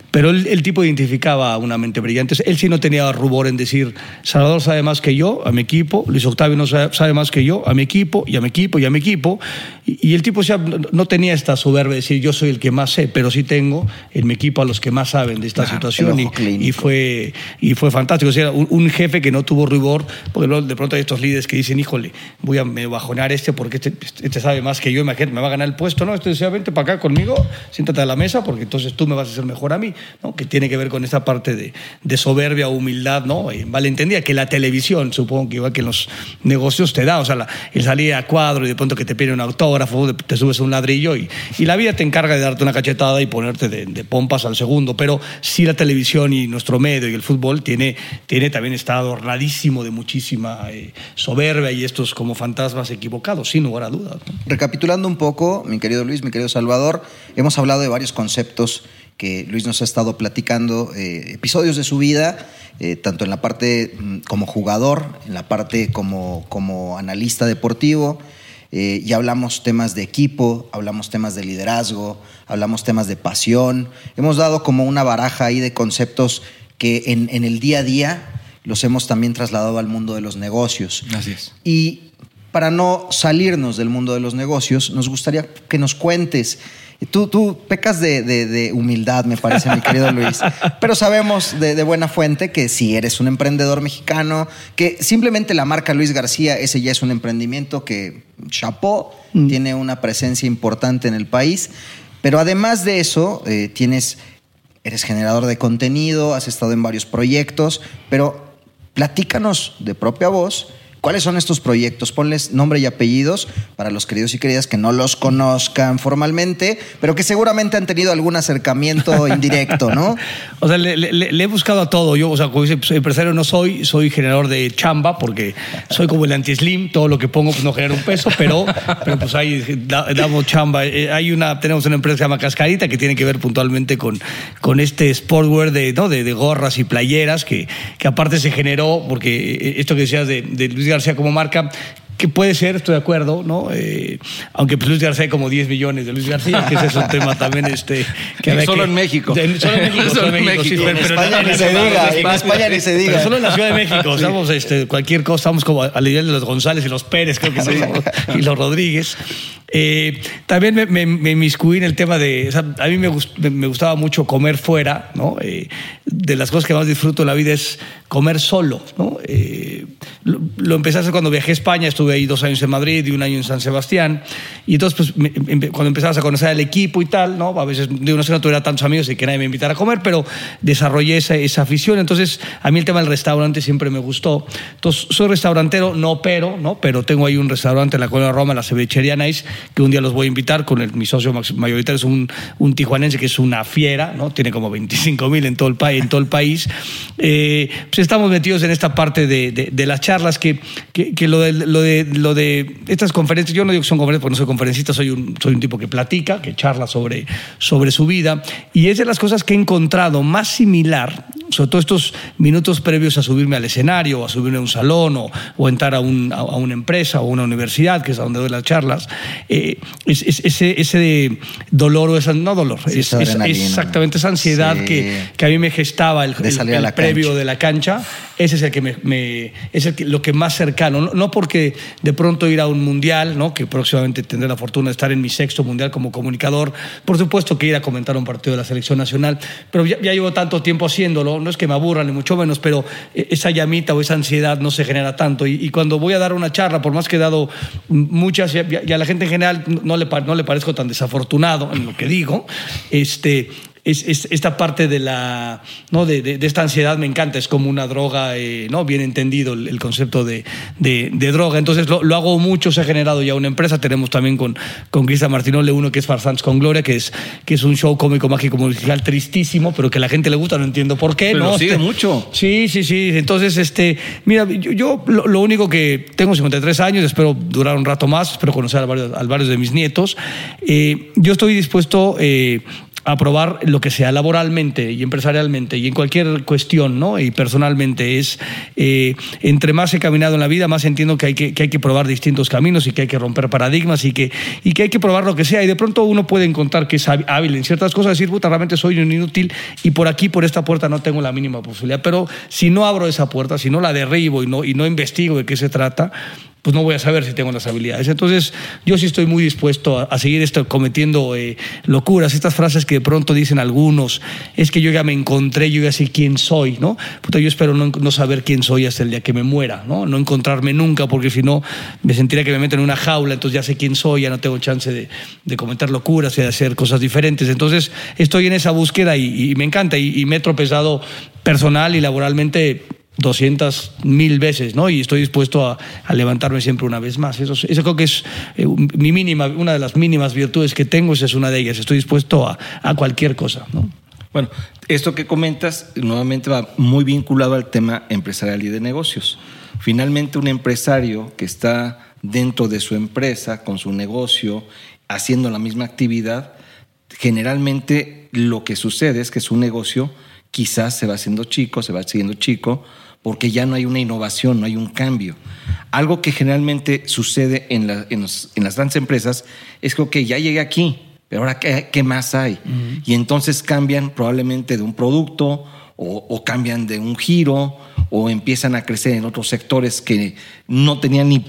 pero el, el tipo identificaba una mente brillante. Él sí no tenía rubor en decir, Salvador sabe más que yo, a mi equipo, Luis Octavio no sabe, sabe más que yo, a mi equipo, y a mi equipo, y a mi equipo. Y, y el tipo ya no tenía esta soberbia de decir, yo soy el que más sé, pero sí tengo en mi equipo a los que más saben de esta claro, situación. Y, y, fue, y fue fantástico. O sea, un, un jefe que no tuvo rubor, porque de pronto hay estos líderes que dicen, híjole, voy a me bajonar este porque este, este sabe más que yo, imagínate, me va a ganar el puesto. No, este decía, vente para acá conmigo, siéntate a la mesa, porque entonces tú me vas a hacer mejor a mí, ¿no? Que tiene que ver con esta parte de, de soberbia, humildad, ¿no? Y vale, entendía que la televisión, supongo que igual que en los negocios te da, o sea, la, el salir a cuadro y de pronto que te pide un autógrafo, te subes a un ladrillo y, y la vida te encarga de darte una cachetada y ponerte de, de pompas al segundo, pero sí la televisión y nuestro medio y el fútbol tiene, tiene también está adornadísimo de muchísima eh, soberbia y estos como fantasmas equivocados, sin lugar a dudas, ¿no? Recapitulando un poco, mi querido Luis, mi querido Salvador, hemos hablado de varios conceptos que Luis nos ha estado platicando, eh, episodios de su vida, eh, tanto en la parte como jugador, en la parte como, como analista deportivo. Eh, ya hablamos temas de equipo, hablamos temas de liderazgo, hablamos temas de pasión. Hemos dado como una baraja ahí de conceptos que en, en el día a día los hemos también trasladado al mundo de los negocios. Así es. Y para no salirnos del mundo de los negocios, nos gustaría que nos cuentes. Tú, tú pecas de, de, de humildad, me parece, mi querido Luis, pero sabemos de, de buena fuente que si eres un emprendedor mexicano, que simplemente la marca Luis García, ese ya es un emprendimiento que, chapó, mm. tiene una presencia importante en el país, pero además de eso, eh, tienes, eres generador de contenido, has estado en varios proyectos, pero platícanos de propia voz. ¿Cuáles son estos proyectos? Ponles nombre y apellidos para los queridos y queridas que no los conozcan formalmente, pero que seguramente han tenido algún acercamiento indirecto, ¿no? O sea, le, le, le he buscado a todo. Yo, o sea, como dice, empresario no soy, soy generador de chamba, porque soy como el anti-slim, todo lo que pongo pues, no genera un peso, pero, pero pues ahí da, damos chamba. Hay una, tenemos una empresa que se llama Cascarita, que tiene que ver puntualmente con, con este sportwear de, ¿no? de, de gorras y playeras, que, que aparte se generó, porque esto que decías de, de Luis García como marca, que puede ser, estoy de acuerdo, ¿no? Eh, aunque pues Luis García hay como diez millones de Luis García, que ese es un tema también este que solo, que, en México. De, solo en México. Solo en México. Sí, en pero, España pero, ni se diga. En España ni se diga. Pero solo en la Ciudad de México. Sí. Estamos, este, cualquier cosa, estamos como al nivel de los González y los Pérez, creo que sí. son, y los Rodríguez. Eh, también me, me, me inmiscuí en el tema de, o sea, a mí me, gust, me gustaba mucho comer fuera, ¿no? Eh, de las cosas que más disfruto en la vida es comer solo, ¿no? Eh, lo, lo empecé a hacer cuando viajé a España, estuve ahí dos años en Madrid y un año en San Sebastián, y entonces pues me, me, cuando empezabas a conocer al equipo y tal, ¿no? A veces digo, no sé, no tuviera tantos amigos y que nadie me invitara a comer, pero desarrollé esa, esa afición. Entonces a mí el tema del restaurante siempre me gustó. Entonces soy restaurantero, no opero, ¿no? Pero tengo ahí un restaurante en la Colonia Roma, la Cevichería Nice, que un día los voy a invitar con el, mi socio mayoritario, es un, un tijuanense que es una fiera, ¿no? Tiene como veinticinco mil en todo el, pa en todo el país. Eh, pues estamos metidos en esta parte de, de, de las charlas, que, que, que lo, de, lo, de, lo de estas conferencias, yo no digo que son conferencias porque no soy conferencista, soy un, soy un tipo que platica, que charla sobre, sobre su vida, y es de las cosas que he encontrado más similar, sobre todo estos minutos previos a subirme al escenario, o a subirme a un salón, o, o entrar a, un, a, a una empresa o una universidad, que es a donde doy las charlas, eh, es, es, ese, ese dolor o esa, no dolor, sí, es, es, exactamente esa ansiedad sí. que, que a mí me gestaba el, el, el previo cancha. de la cancha, ese es el que me, me es el que, lo que más cercano, no, no porque de pronto ir a un mundial, ¿no? Que próximamente tendré la fortuna de estar en mi sexto mundial como comunicador, por supuesto que ir a comentar un partido de la selección nacional, pero ya, ya llevo tanto tiempo haciéndolo, no es que me aburra ni mucho menos, pero esa llamita o esa ansiedad no se genera tanto, y, y cuando voy a dar una charla, por más que he dado muchas, y a, y a la gente en general no le, no le parezco tan desafortunado en lo que digo, este... Es, es, esta parte de la no de, de, de esta ansiedad me encanta, es como una droga, eh, no bien entendido el, el concepto de, de, de droga, entonces lo, lo hago mucho. Se ha generado ya una empresa, tenemos también con, con Cristian Martinole uno que es Farsantes con Gloria, que es, que es un show cómico, mágico, musical tristísimo, pero que a la gente le gusta, no entiendo por qué. Pero ¿no? sigue este, mucho. Sí, sí, sí, entonces este, mira, yo, yo lo, lo único que tengo cincuenta y tres años, espero durar un rato más, espero conocer a varios, a varios de mis nietos, eh, yo estoy dispuesto eh, a probar lo que sea laboralmente y empresarialmente y en cualquier cuestión, ¿no? Y personalmente es, eh, entre más he caminado en la vida, más entiendo que hay que, que hay que probar distintos caminos y que hay que romper paradigmas y que, y que hay que probar lo que sea. Y de pronto uno puede encontrar que es hábil en ciertas cosas, decir, puta, realmente soy un inútil y por aquí, por esta puerta no tengo la mínima posibilidad. Pero si no abro esa puerta, si no la derribo y no, y no investigo de qué se trata, pues no voy a saber si tengo las habilidades. Entonces, yo sí estoy muy dispuesto a, a seguir esto, cometiendo eh, locuras, estas frases que de pronto dicen algunos, es que yo ya me encontré, yo ya sé quién soy, ¿no? Puta, yo espero no, no saber quién soy hasta el día que me muera, ¿no? No encontrarme nunca, porque si no, me sentiría que me meten en una jaula, entonces ya sé quién soy, ya no tengo chance de, de cometer locuras y de hacer cosas diferentes. Entonces, estoy en esa búsqueda y, y me encanta, y, y me he tropezado personal y laboralmente doscientas mil veces, ¿no? Y estoy dispuesto a, a levantarme siempre una vez más. Eso, eso creo que es eh, mi mínima, una de las mínimas virtudes que tengo, esa es una de ellas. Estoy dispuesto a, a cualquier cosa, ¿no? Bueno, esto que comentas nuevamente va muy vinculado al tema empresarial y de negocios. Finalmente, un empresario que está dentro de su empresa, con su negocio, haciendo la misma actividad, generalmente lo que sucede es que su negocio quizás se va haciendo chico, se va haciendo chico, porque ya no hay una innovación, no hay un cambio. Algo que generalmente sucede en, la, en, los, en las grandes empresas es que, ok, ya llegué aquí, pero ahora, ¿qué, qué más hay? Uh-huh. Y entonces cambian probablemente de un producto o, o cambian de un giro o empiezan a crecer en otros sectores que no tenían ni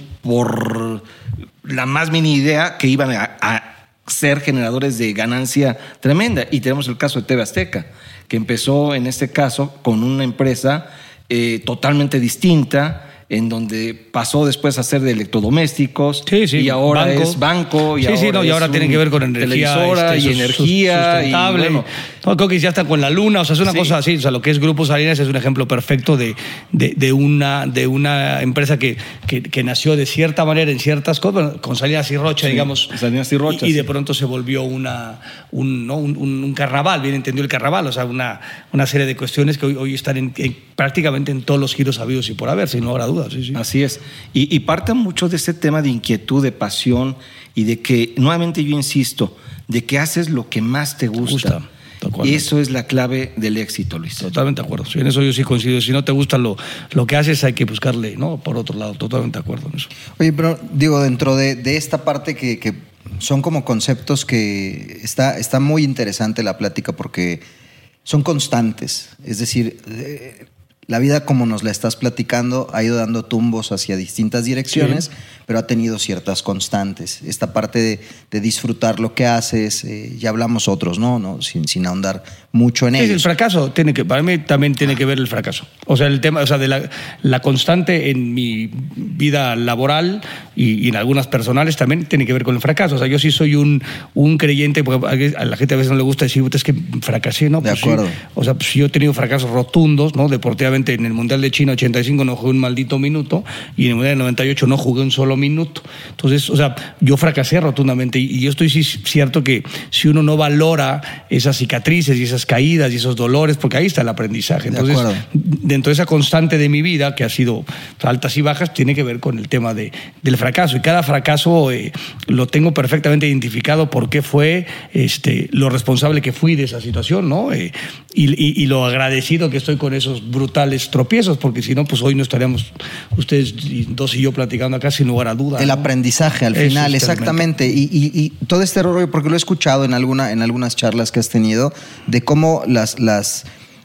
por la más mínima idea que iban a, a ser generadores de ganancia tremenda. Y tenemos el caso de T V Azteca, que empezó en este caso con una empresa eh, totalmente distinta, en donde pasó después a ser de electrodomésticos, sí, sí, y ahora banco. es banco, y sí, ahora, sí, no, y ahora tiene que ver con energía, televisora este, y sus, energía sustentable. Y, bueno, no, creo que ya está con la luna, o sea, es una sí. cosa así. O sea, lo que es Grupo Salinas es un ejemplo perfecto de, de, de, una, de una empresa que, que, que nació de cierta manera en ciertas cosas, con Salinas y Rocha, sí, digamos. Salinas y Rocha. Y, y sí. de pronto se volvió una, un, ¿no? un, un, un carnaval, bien entendido el carnaval, o sea, una, una serie de cuestiones que hoy, hoy están en, en, prácticamente en todos los giros habidos y por haber, sin lugar a dudas. Sí, sí. Así es. Y, y parte mucho de ese tema de inquietud, de pasión y de que, nuevamente yo insisto, de que haces lo que más te gusta. gusta. Eso es la clave del éxito, Luis. Totalmente de acuerdo. Sí, en eso yo sí coincido. Si no te gusta lo, lo que haces, hay que buscarle, ¿no? Por otro lado, totalmente de acuerdo en eso. Oye, pero digo, dentro de, de esta parte que, que son como conceptos que está, está muy interesante la plática porque son constantes. Es decir, eh, la vida como nos la estás platicando ha ido dando tumbos hacia distintas direcciones, sí, pero ha tenido ciertas constantes. Esta parte de, de disfrutar lo que haces, eh, ya hablamos otros, ¿no? no sin, sin ahondar mucho en sí, ellos. El fracaso, tiene que, para mí también tiene que ver el fracaso. O sea, el tema, o sea, de la, la constante en mi vida laboral y, y en algunas personales también tiene que ver con el fracaso. O sea, yo sí soy un, un creyente, porque a la gente a veces no le gusta decir, es que fracasé, ¿no? De pues acuerdo. Sí. O sea, pues yo he tenido fracasos rotundos, ¿no? Deportivamente, en el Mundial de China ochenta y cinco no jugué un maldito minuto y en el Mundial del noventa y ocho no jugué un solo minuto. Entonces, o sea, yo fracasé rotundamente y, y yo estoy sí, cierto que si uno no valora esas cicatrices y esas caídas y esos dolores, porque ahí está el aprendizaje. Entonces, de dentro de esa constante de mi vida, que ha sido altas y bajas, tiene que ver con el tema de, del fracaso. Y cada fracaso eh, lo tengo perfectamente identificado por qué fue este, lo responsable que fui de esa situación, ¿no? Eh, y, y, y lo agradecido que estoy con esos brutales tropiezos, porque si no, pues hoy no estaríamos ustedes dos y yo platicando acá sin lugar a duda. El ¿no? aprendizaje al Eso final, es exactamente. Y, y, y todo este rollo, porque lo he escuchado en, alguna, en algunas charlas que has tenido, de cómo las, las,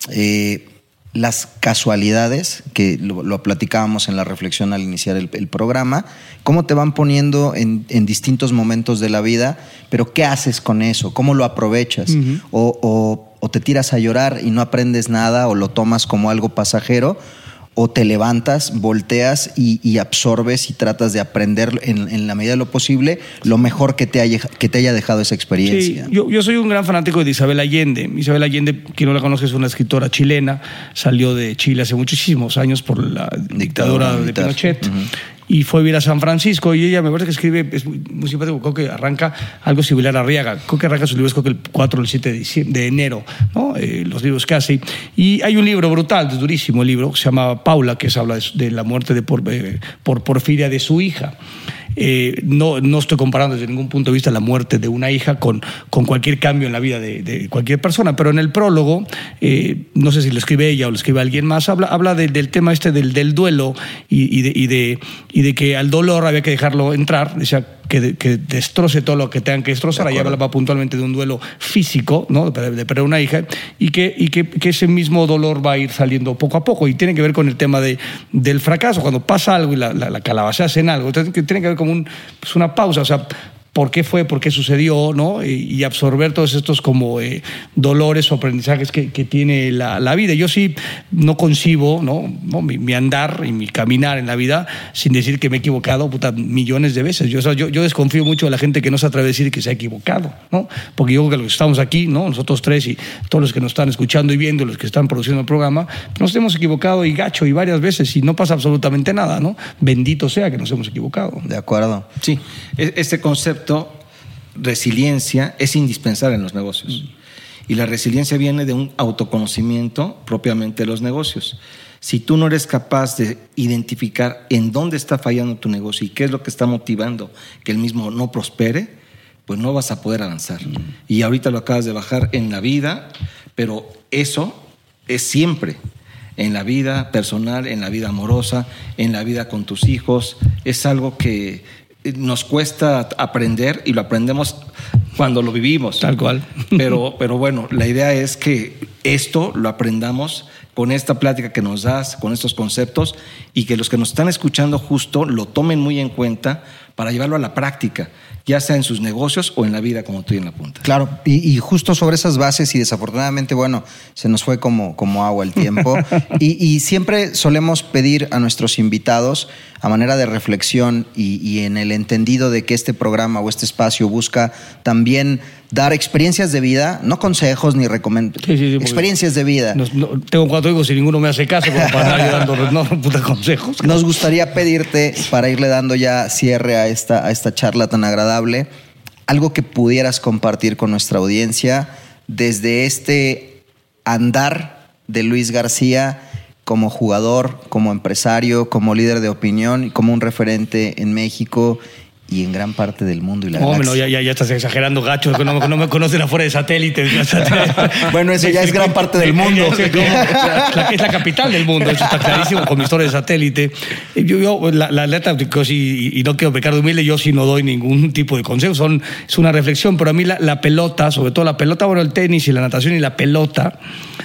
eh, las casualidades, que lo, lo platicábamos en la reflexión al iniciar el, el programa, cómo te van poniendo en, en distintos momentos de la vida, pero ¿qué haces con eso? ¿Cómo lo aprovechas? Uh-huh. o, o, o te tiras a llorar y no aprendes nada, o lo tomas como algo pasajero, o te levantas, volteas y, y absorbes y tratas de aprender en, en la medida de lo posible lo mejor que te haya, que te haya dejado esa experiencia. Sí, yo, yo soy un gran fanático de Isabel Allende. Isabel Allende, quien no la conoce, es una escritora chilena, salió de Chile hace muchísimos años por la dictadura, dictadura de Pinochet. Uh-huh. y fue a vivir a San Francisco, y ella me parece que escribe, es muy, muy simpático, creo que arranca algo similar a Arriaga, creo que arranca sus libros creo que el cuatro o el siete de, diciembre, de enero, ¿no? Eh, los libros que hace, y hay un libro brutal, es durísimo el libro, que se llama Paula, que se habla de, de la muerte de por, eh, por porfiria de su hija. Eh, no, no estoy comparando desde ningún punto de vista la muerte de una hija con, con cualquier cambio en la vida de, de cualquier persona, pero en el prólogo, eh, no sé si lo escribe ella o lo escribe alguien más, habla, habla de, del tema este del, del duelo y, y, de, y, de, y de que al dolor había que dejarlo entrar, o sea, que, que destroce todo lo que tengan que destrozar. Ahí hablaba puntualmente de un duelo físico, ¿no? de, de perder una hija, y, que, y que, que ese mismo dolor va a ir saliendo poco a poco, y tiene que ver con el tema de, del fracaso, cuando pasa algo y la, la, la calabaceas en algo, entonces tiene que ver con un, pues una pausa, o sea, por qué fue, por qué sucedió, ¿no? Y, y absorber todos estos como eh, dolores o aprendizajes que, que tiene la, la vida. Yo sí no concibo, ¿no? ¿no? Mi, mi andar y mi caminar en la vida sin decir que me he equivocado puta, millones de veces. Yo, o sea, yo, yo desconfío mucho de la gente que no se atreve a decir que se ha equivocado, ¿no? Porque yo creo que los que estamos aquí, ¿no? Nosotros tres y todos los que nos están escuchando y viendo, los que están produciendo el programa, nos hemos equivocado y gacho y varias veces y no pasa absolutamente nada, ¿no? Bendito sea que nos hemos equivocado. De acuerdo. Sí, este concepto resiliencia es indispensable en los negocios. Mm. Y la resiliencia viene de un autoconocimiento propiamente de los negocios. Si tú no eres capaz de identificar en dónde está fallando tu negocio y qué es lo que está motivando que el mismo no prospere, pues no vas a poder avanzar. Mm. Y ahorita lo acabas de bajar en la vida, pero eso es siempre. En la vida personal, en la vida amorosa, en la vida con tus hijos. Es algo que nos cuesta aprender y lo aprendemos cuando lo vivimos. Tal cual. Pero, pero bueno, la idea es que esto lo aprendamos con esta plática que nos das, con estos conceptos, y que los que nos están escuchando justo lo tomen muy en cuenta para llevarlo a la práctica, ya sea en sus negocios o en la vida, como tú en la punta. Claro, y, y justo sobre esas bases, y desafortunadamente, bueno, se nos fue como, como agua el tiempo, y, y siempre solemos pedir a nuestros invitados, a manera de reflexión y, y en el entendido de que este programa o este espacio busca también dar experiencias de vida, no consejos ni recomendaciones, sí, sí, sí, experiencias de vida. No, no, tengo cuatro hijos y ninguno me hace caso como para andar dando no, puta consejos. Nos gustaría pedirte, para irle dando ya cierre a esta, a esta charla tan agradable, algo que pudieras compartir con nuestra audiencia desde este andar de Luis García como jugador, como empresario, como líder de opinión y como un referente en México y en gran parte del mundo y la no, galaxia. No, ya, ya, ya estás exagerando, gacho, que no, no me conocen afuera de satélite. Bueno, eso ya es gran parte del mundo. Es la, es la capital del mundo, eso está clarísimo con mi historia de satélite. Yo, yo la, la neta, y, y no quiero pecar de humilde, yo sí no doy ningún tipo de consejo, son, es una reflexión, pero a mí la, la pelota, sobre todo la pelota, bueno, el tenis y la natación y la pelota,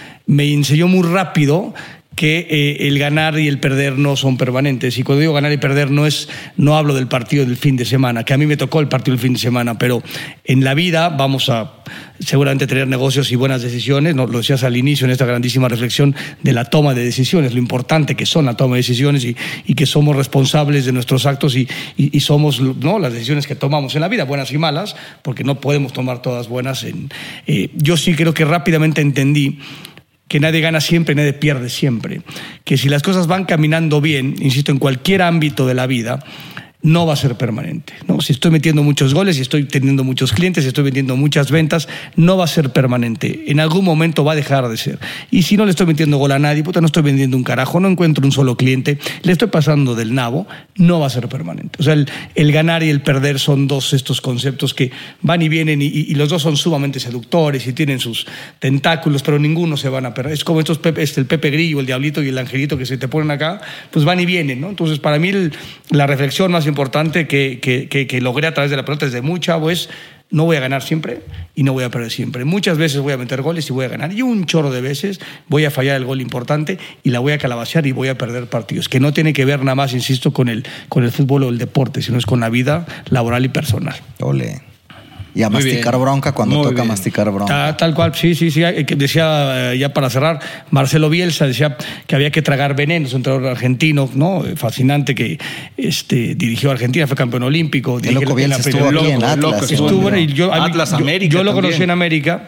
me enseñó muy rápido que eh, el ganar y el perder no son permanentes. Y cuando digo ganar y perder no es, no hablo del partido del fin de semana, que a mí me tocó el partido del fin de semana, pero en la vida vamos a seguramente tener negocios y buenas decisiones, ¿no? Lo decías al inicio en esta grandísima reflexión de la toma de decisiones, lo importante que son la toma de decisiones y, y que somos responsables de nuestros actos y, y, y somos, ¿no?, las decisiones que tomamos en la vida, buenas y malas, porque no podemos tomar todas buenas. En, eh, yo sí creo que rápidamente entendí que nadie gana siempre, nadie pierde siempre. Que si las cosas van caminando bien, insisto, en cualquier ámbito de la vida, no va a ser permanente, ¿no? Si estoy metiendo muchos goles, si estoy teniendo muchos clientes, si estoy vendiendo muchas ventas, no va a ser permanente. En algún momento va a dejar de ser. Y si no le estoy metiendo gol a nadie, puta, no estoy vendiendo un carajo, no encuentro un solo cliente, le estoy pasando del nabo, no va a ser permanente. O sea, el, el ganar y el perder son dos estos conceptos que van y vienen y, y los dos son sumamente seductores y tienen sus tentáculos, pero ninguno se van a perder. Es como estos Pepe, este, el Pepe Grillo, el Diablito y el Angelito que se te ponen acá, pues van y vienen, ¿no? Entonces, para mí el, la reflexión más importante que, que, que, que logré a través de la pelota desde muy chavo es: no voy a ganar siempre y no voy a perder siempre. Muchas veces voy a meter goles y voy a ganar, y un chorro de veces voy a fallar el gol importante y la voy a calabacear y voy a perder partidos, que no tiene que ver nada más, insisto, con el, con el fútbol o el deporte, sino es con la vida laboral y personal. Ole. Y a Muy masticar bien. Bronca cuando Muy toca bien. masticar bronca. Tal, tal cual, sí, sí, sí. Decía, ya para cerrar, Marcelo Bielsa decía que había que tragar veneno, es un entrenador argentino, ¿no? Fascinante, que este, dirigió a Argentina, fue campeón olímpico. El loco Bielsa estuvo aquí en Atlas. Estuvo en y yo, Atlas yo, América Yo lo también. conocí en América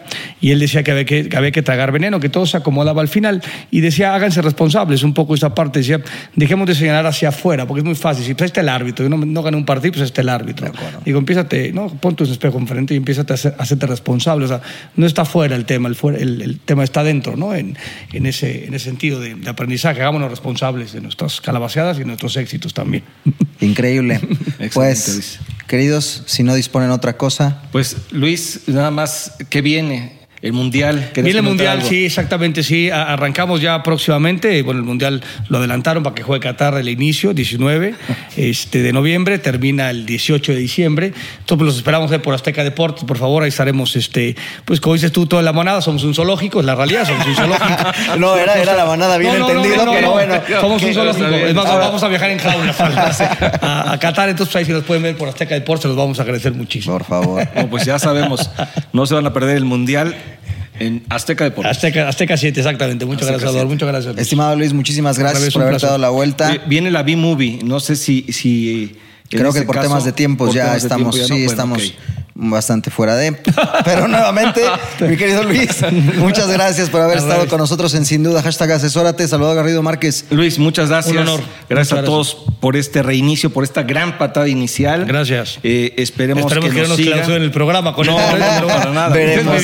y él decía que había que, que había que tragar veneno, que todo se acomodaba al final, y decía, háganse responsables un poco esa parte, decía, dejemos de señalar hacia afuera, porque es muy fácil, si pues está el árbitro, yo no, no gané un partido, pues está el árbitro. Digo, empiézate, no, pon tu espejo enfrente y empiézate a, hacer, a hacerte responsable, o sea, no está fuera el tema, el, fuera, el, el tema está dentro, ¿no? En, en, ese, en ese sentido de, de aprendizaje, hagámonos responsables de nuestras calabaceadas y nuestros éxitos también. Increíble. Pues, queridos, si no disponen otra cosa. Pues, Luis, nada más, ¿qué viene? El Mundial. Viene el Mundial, algo? Sí, exactamente, sí. Arrancamos ya próximamente. Bueno, el Mundial lo adelantaron para que juegue Qatar el inicio, diecinueve este, de noviembre, termina el dieciocho de diciembre. Entonces los esperamos eh, por Azteca Deportes, por favor, ahí estaremos, este, pues como dices tú, toda la manada, somos un zoológico, es la realidad, somos un zoológico. No, era, era la manada bien no, no, entendido, no, no, pero no, bueno. Somos un zoológico, es más, ahora vamos a viajar en jaulas a, a Qatar, entonces pues, ahí si nos pueden ver por Azteca Deportes, los vamos a agradecer muchísimo. Por favor. No, pues ya sabemos, no se van a perder el Mundial. En Azteca Deportes. Azteca, Azteca siete, exactamente. Muchas Azteca gracias, Ador. Muchas gracias. Estimado Luis, muchísimas gracias por haberte dado la vuelta. Viene la B-Movie. No sé si... si Creo que por caso, temas de tiempos ya estamos, tiempo, ya no, sí, bueno, estamos okay. bastante fuera de... Pero nuevamente, mi querido Luis, muchas gracias por haber estado con nosotros en Sin Duda. Hashtag Asesórate. Salvador Garrido Márquez. Luis, muchas gracias. Un honor. Gracias, gracias a todos por este reinicio, por esta gran patada inicial. Gracias. Eh, esperemos, esperemos que, que nos no nos clausuren el programa con no, esto. No, no, para nada. Veremos.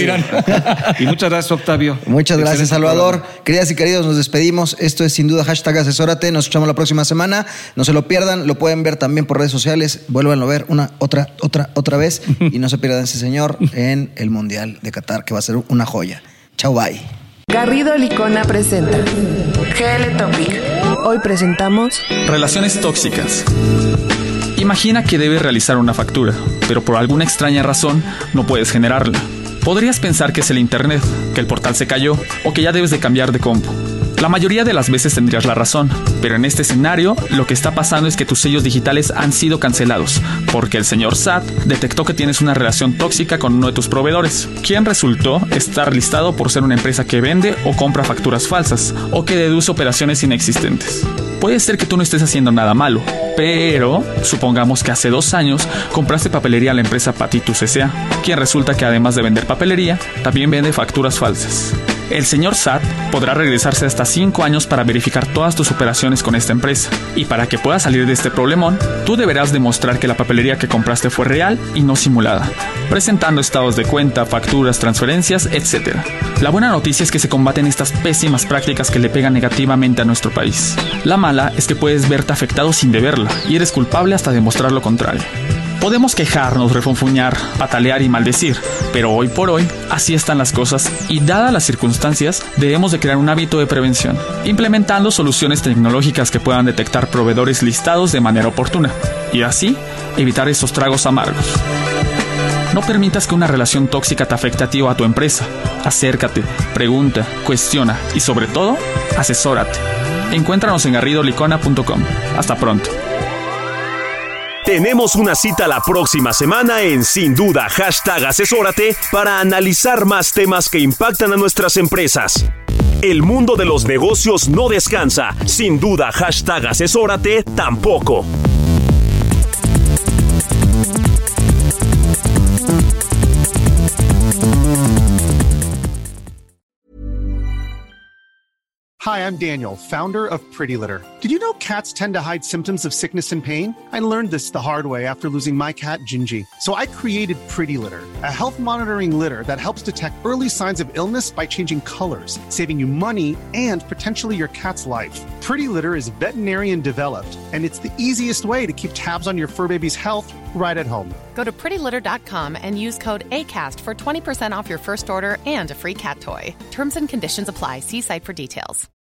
Y muchas gracias, Octavio. Muchas Excelente gracias, Salvador. Programa. Queridas y queridos, nos despedimos. Esto es Sin Duda. Hashtag Asesórate. Nos escuchamos la próxima semana. No se lo pierdan. Lo pueden ver también por redes sociales. Vuelvan a ver una, otra, otra, otra vez. Y no se pierdan ese señor en el Mundial de Qatar, que va a ser una joya. Chau, bye. Garrido Licona presenta G L Topic. Hoy presentamos Relaciones tóxicas. Imagina que debes realizar una factura, pero por alguna extraña razón no puedes generarla. Podrías pensar que es el internet, que el portal se cayó o que ya debes de cambiar de compu. La mayoría de las veces tendrías la razón, pero en este escenario lo que está pasando es que tus sellos digitales han sido cancelados, porque el señor S A T detectó que tienes una relación tóxica con uno de tus proveedores, quien resultó estar listado por ser una empresa que vende o compra facturas falsas, o que deduce operaciones inexistentes. Puede ser que tú no estés haciendo nada malo, pero supongamos que hace dos años compraste papelería a la empresa Patitus S A, quien resulta que además de vender papelería, también vende facturas falsas. El señor S A T podrá regresarse hasta cinco años para verificar todas tus operaciones con esta empresa. Y para que puedas salir de este problemón, tú deberás demostrar que la papelería que compraste fue real y no simulada, presentando estados de cuenta, facturas, transferencias, etcétera. La buena noticia es que se combaten estas pésimas prácticas que le pegan negativamente a nuestro país. La mala es que puedes verte afectado sin deberla, y eres culpable hasta demostrar lo contrario. Podemos quejarnos, refunfuñar, patalear y maldecir, pero hoy por hoy así están las cosas y dadas las circunstancias debemos de crear un hábito de prevención, implementando soluciones tecnológicas que puedan detectar proveedores listados de manera oportuna y así evitar esos tragos amargos. No permitas que una relación tóxica te afecte a ti o a tu empresa. Acércate, pregunta, cuestiona y sobre todo, asesórate. Encuéntranos en garrido licona punto com. Hasta pronto. Tenemos una cita la próxima semana en Sin Duda, hashtag Asesórate, para analizar más temas que impactan a nuestras empresas. El mundo de los negocios no descansa. Sin duda, hashtag Asesórate tampoco. Hi, I'm Daniel, founder of Pretty Litter. Did you know cats tend to hide symptoms of sickness and pain? I learned this the hard way after losing my cat, Gingy. So I created Pretty Litter, a health monitoring litter that helps detect early signs of illness by changing colors, saving you money and potentially your cat's life. Pretty Litter is veterinarian developed, and it's the easiest way to keep tabs on your fur baby's health right at home. Go to pretty litter dot com and use code ACAST for twenty percent off your first order and a free cat toy. Terms and conditions apply. See site for details.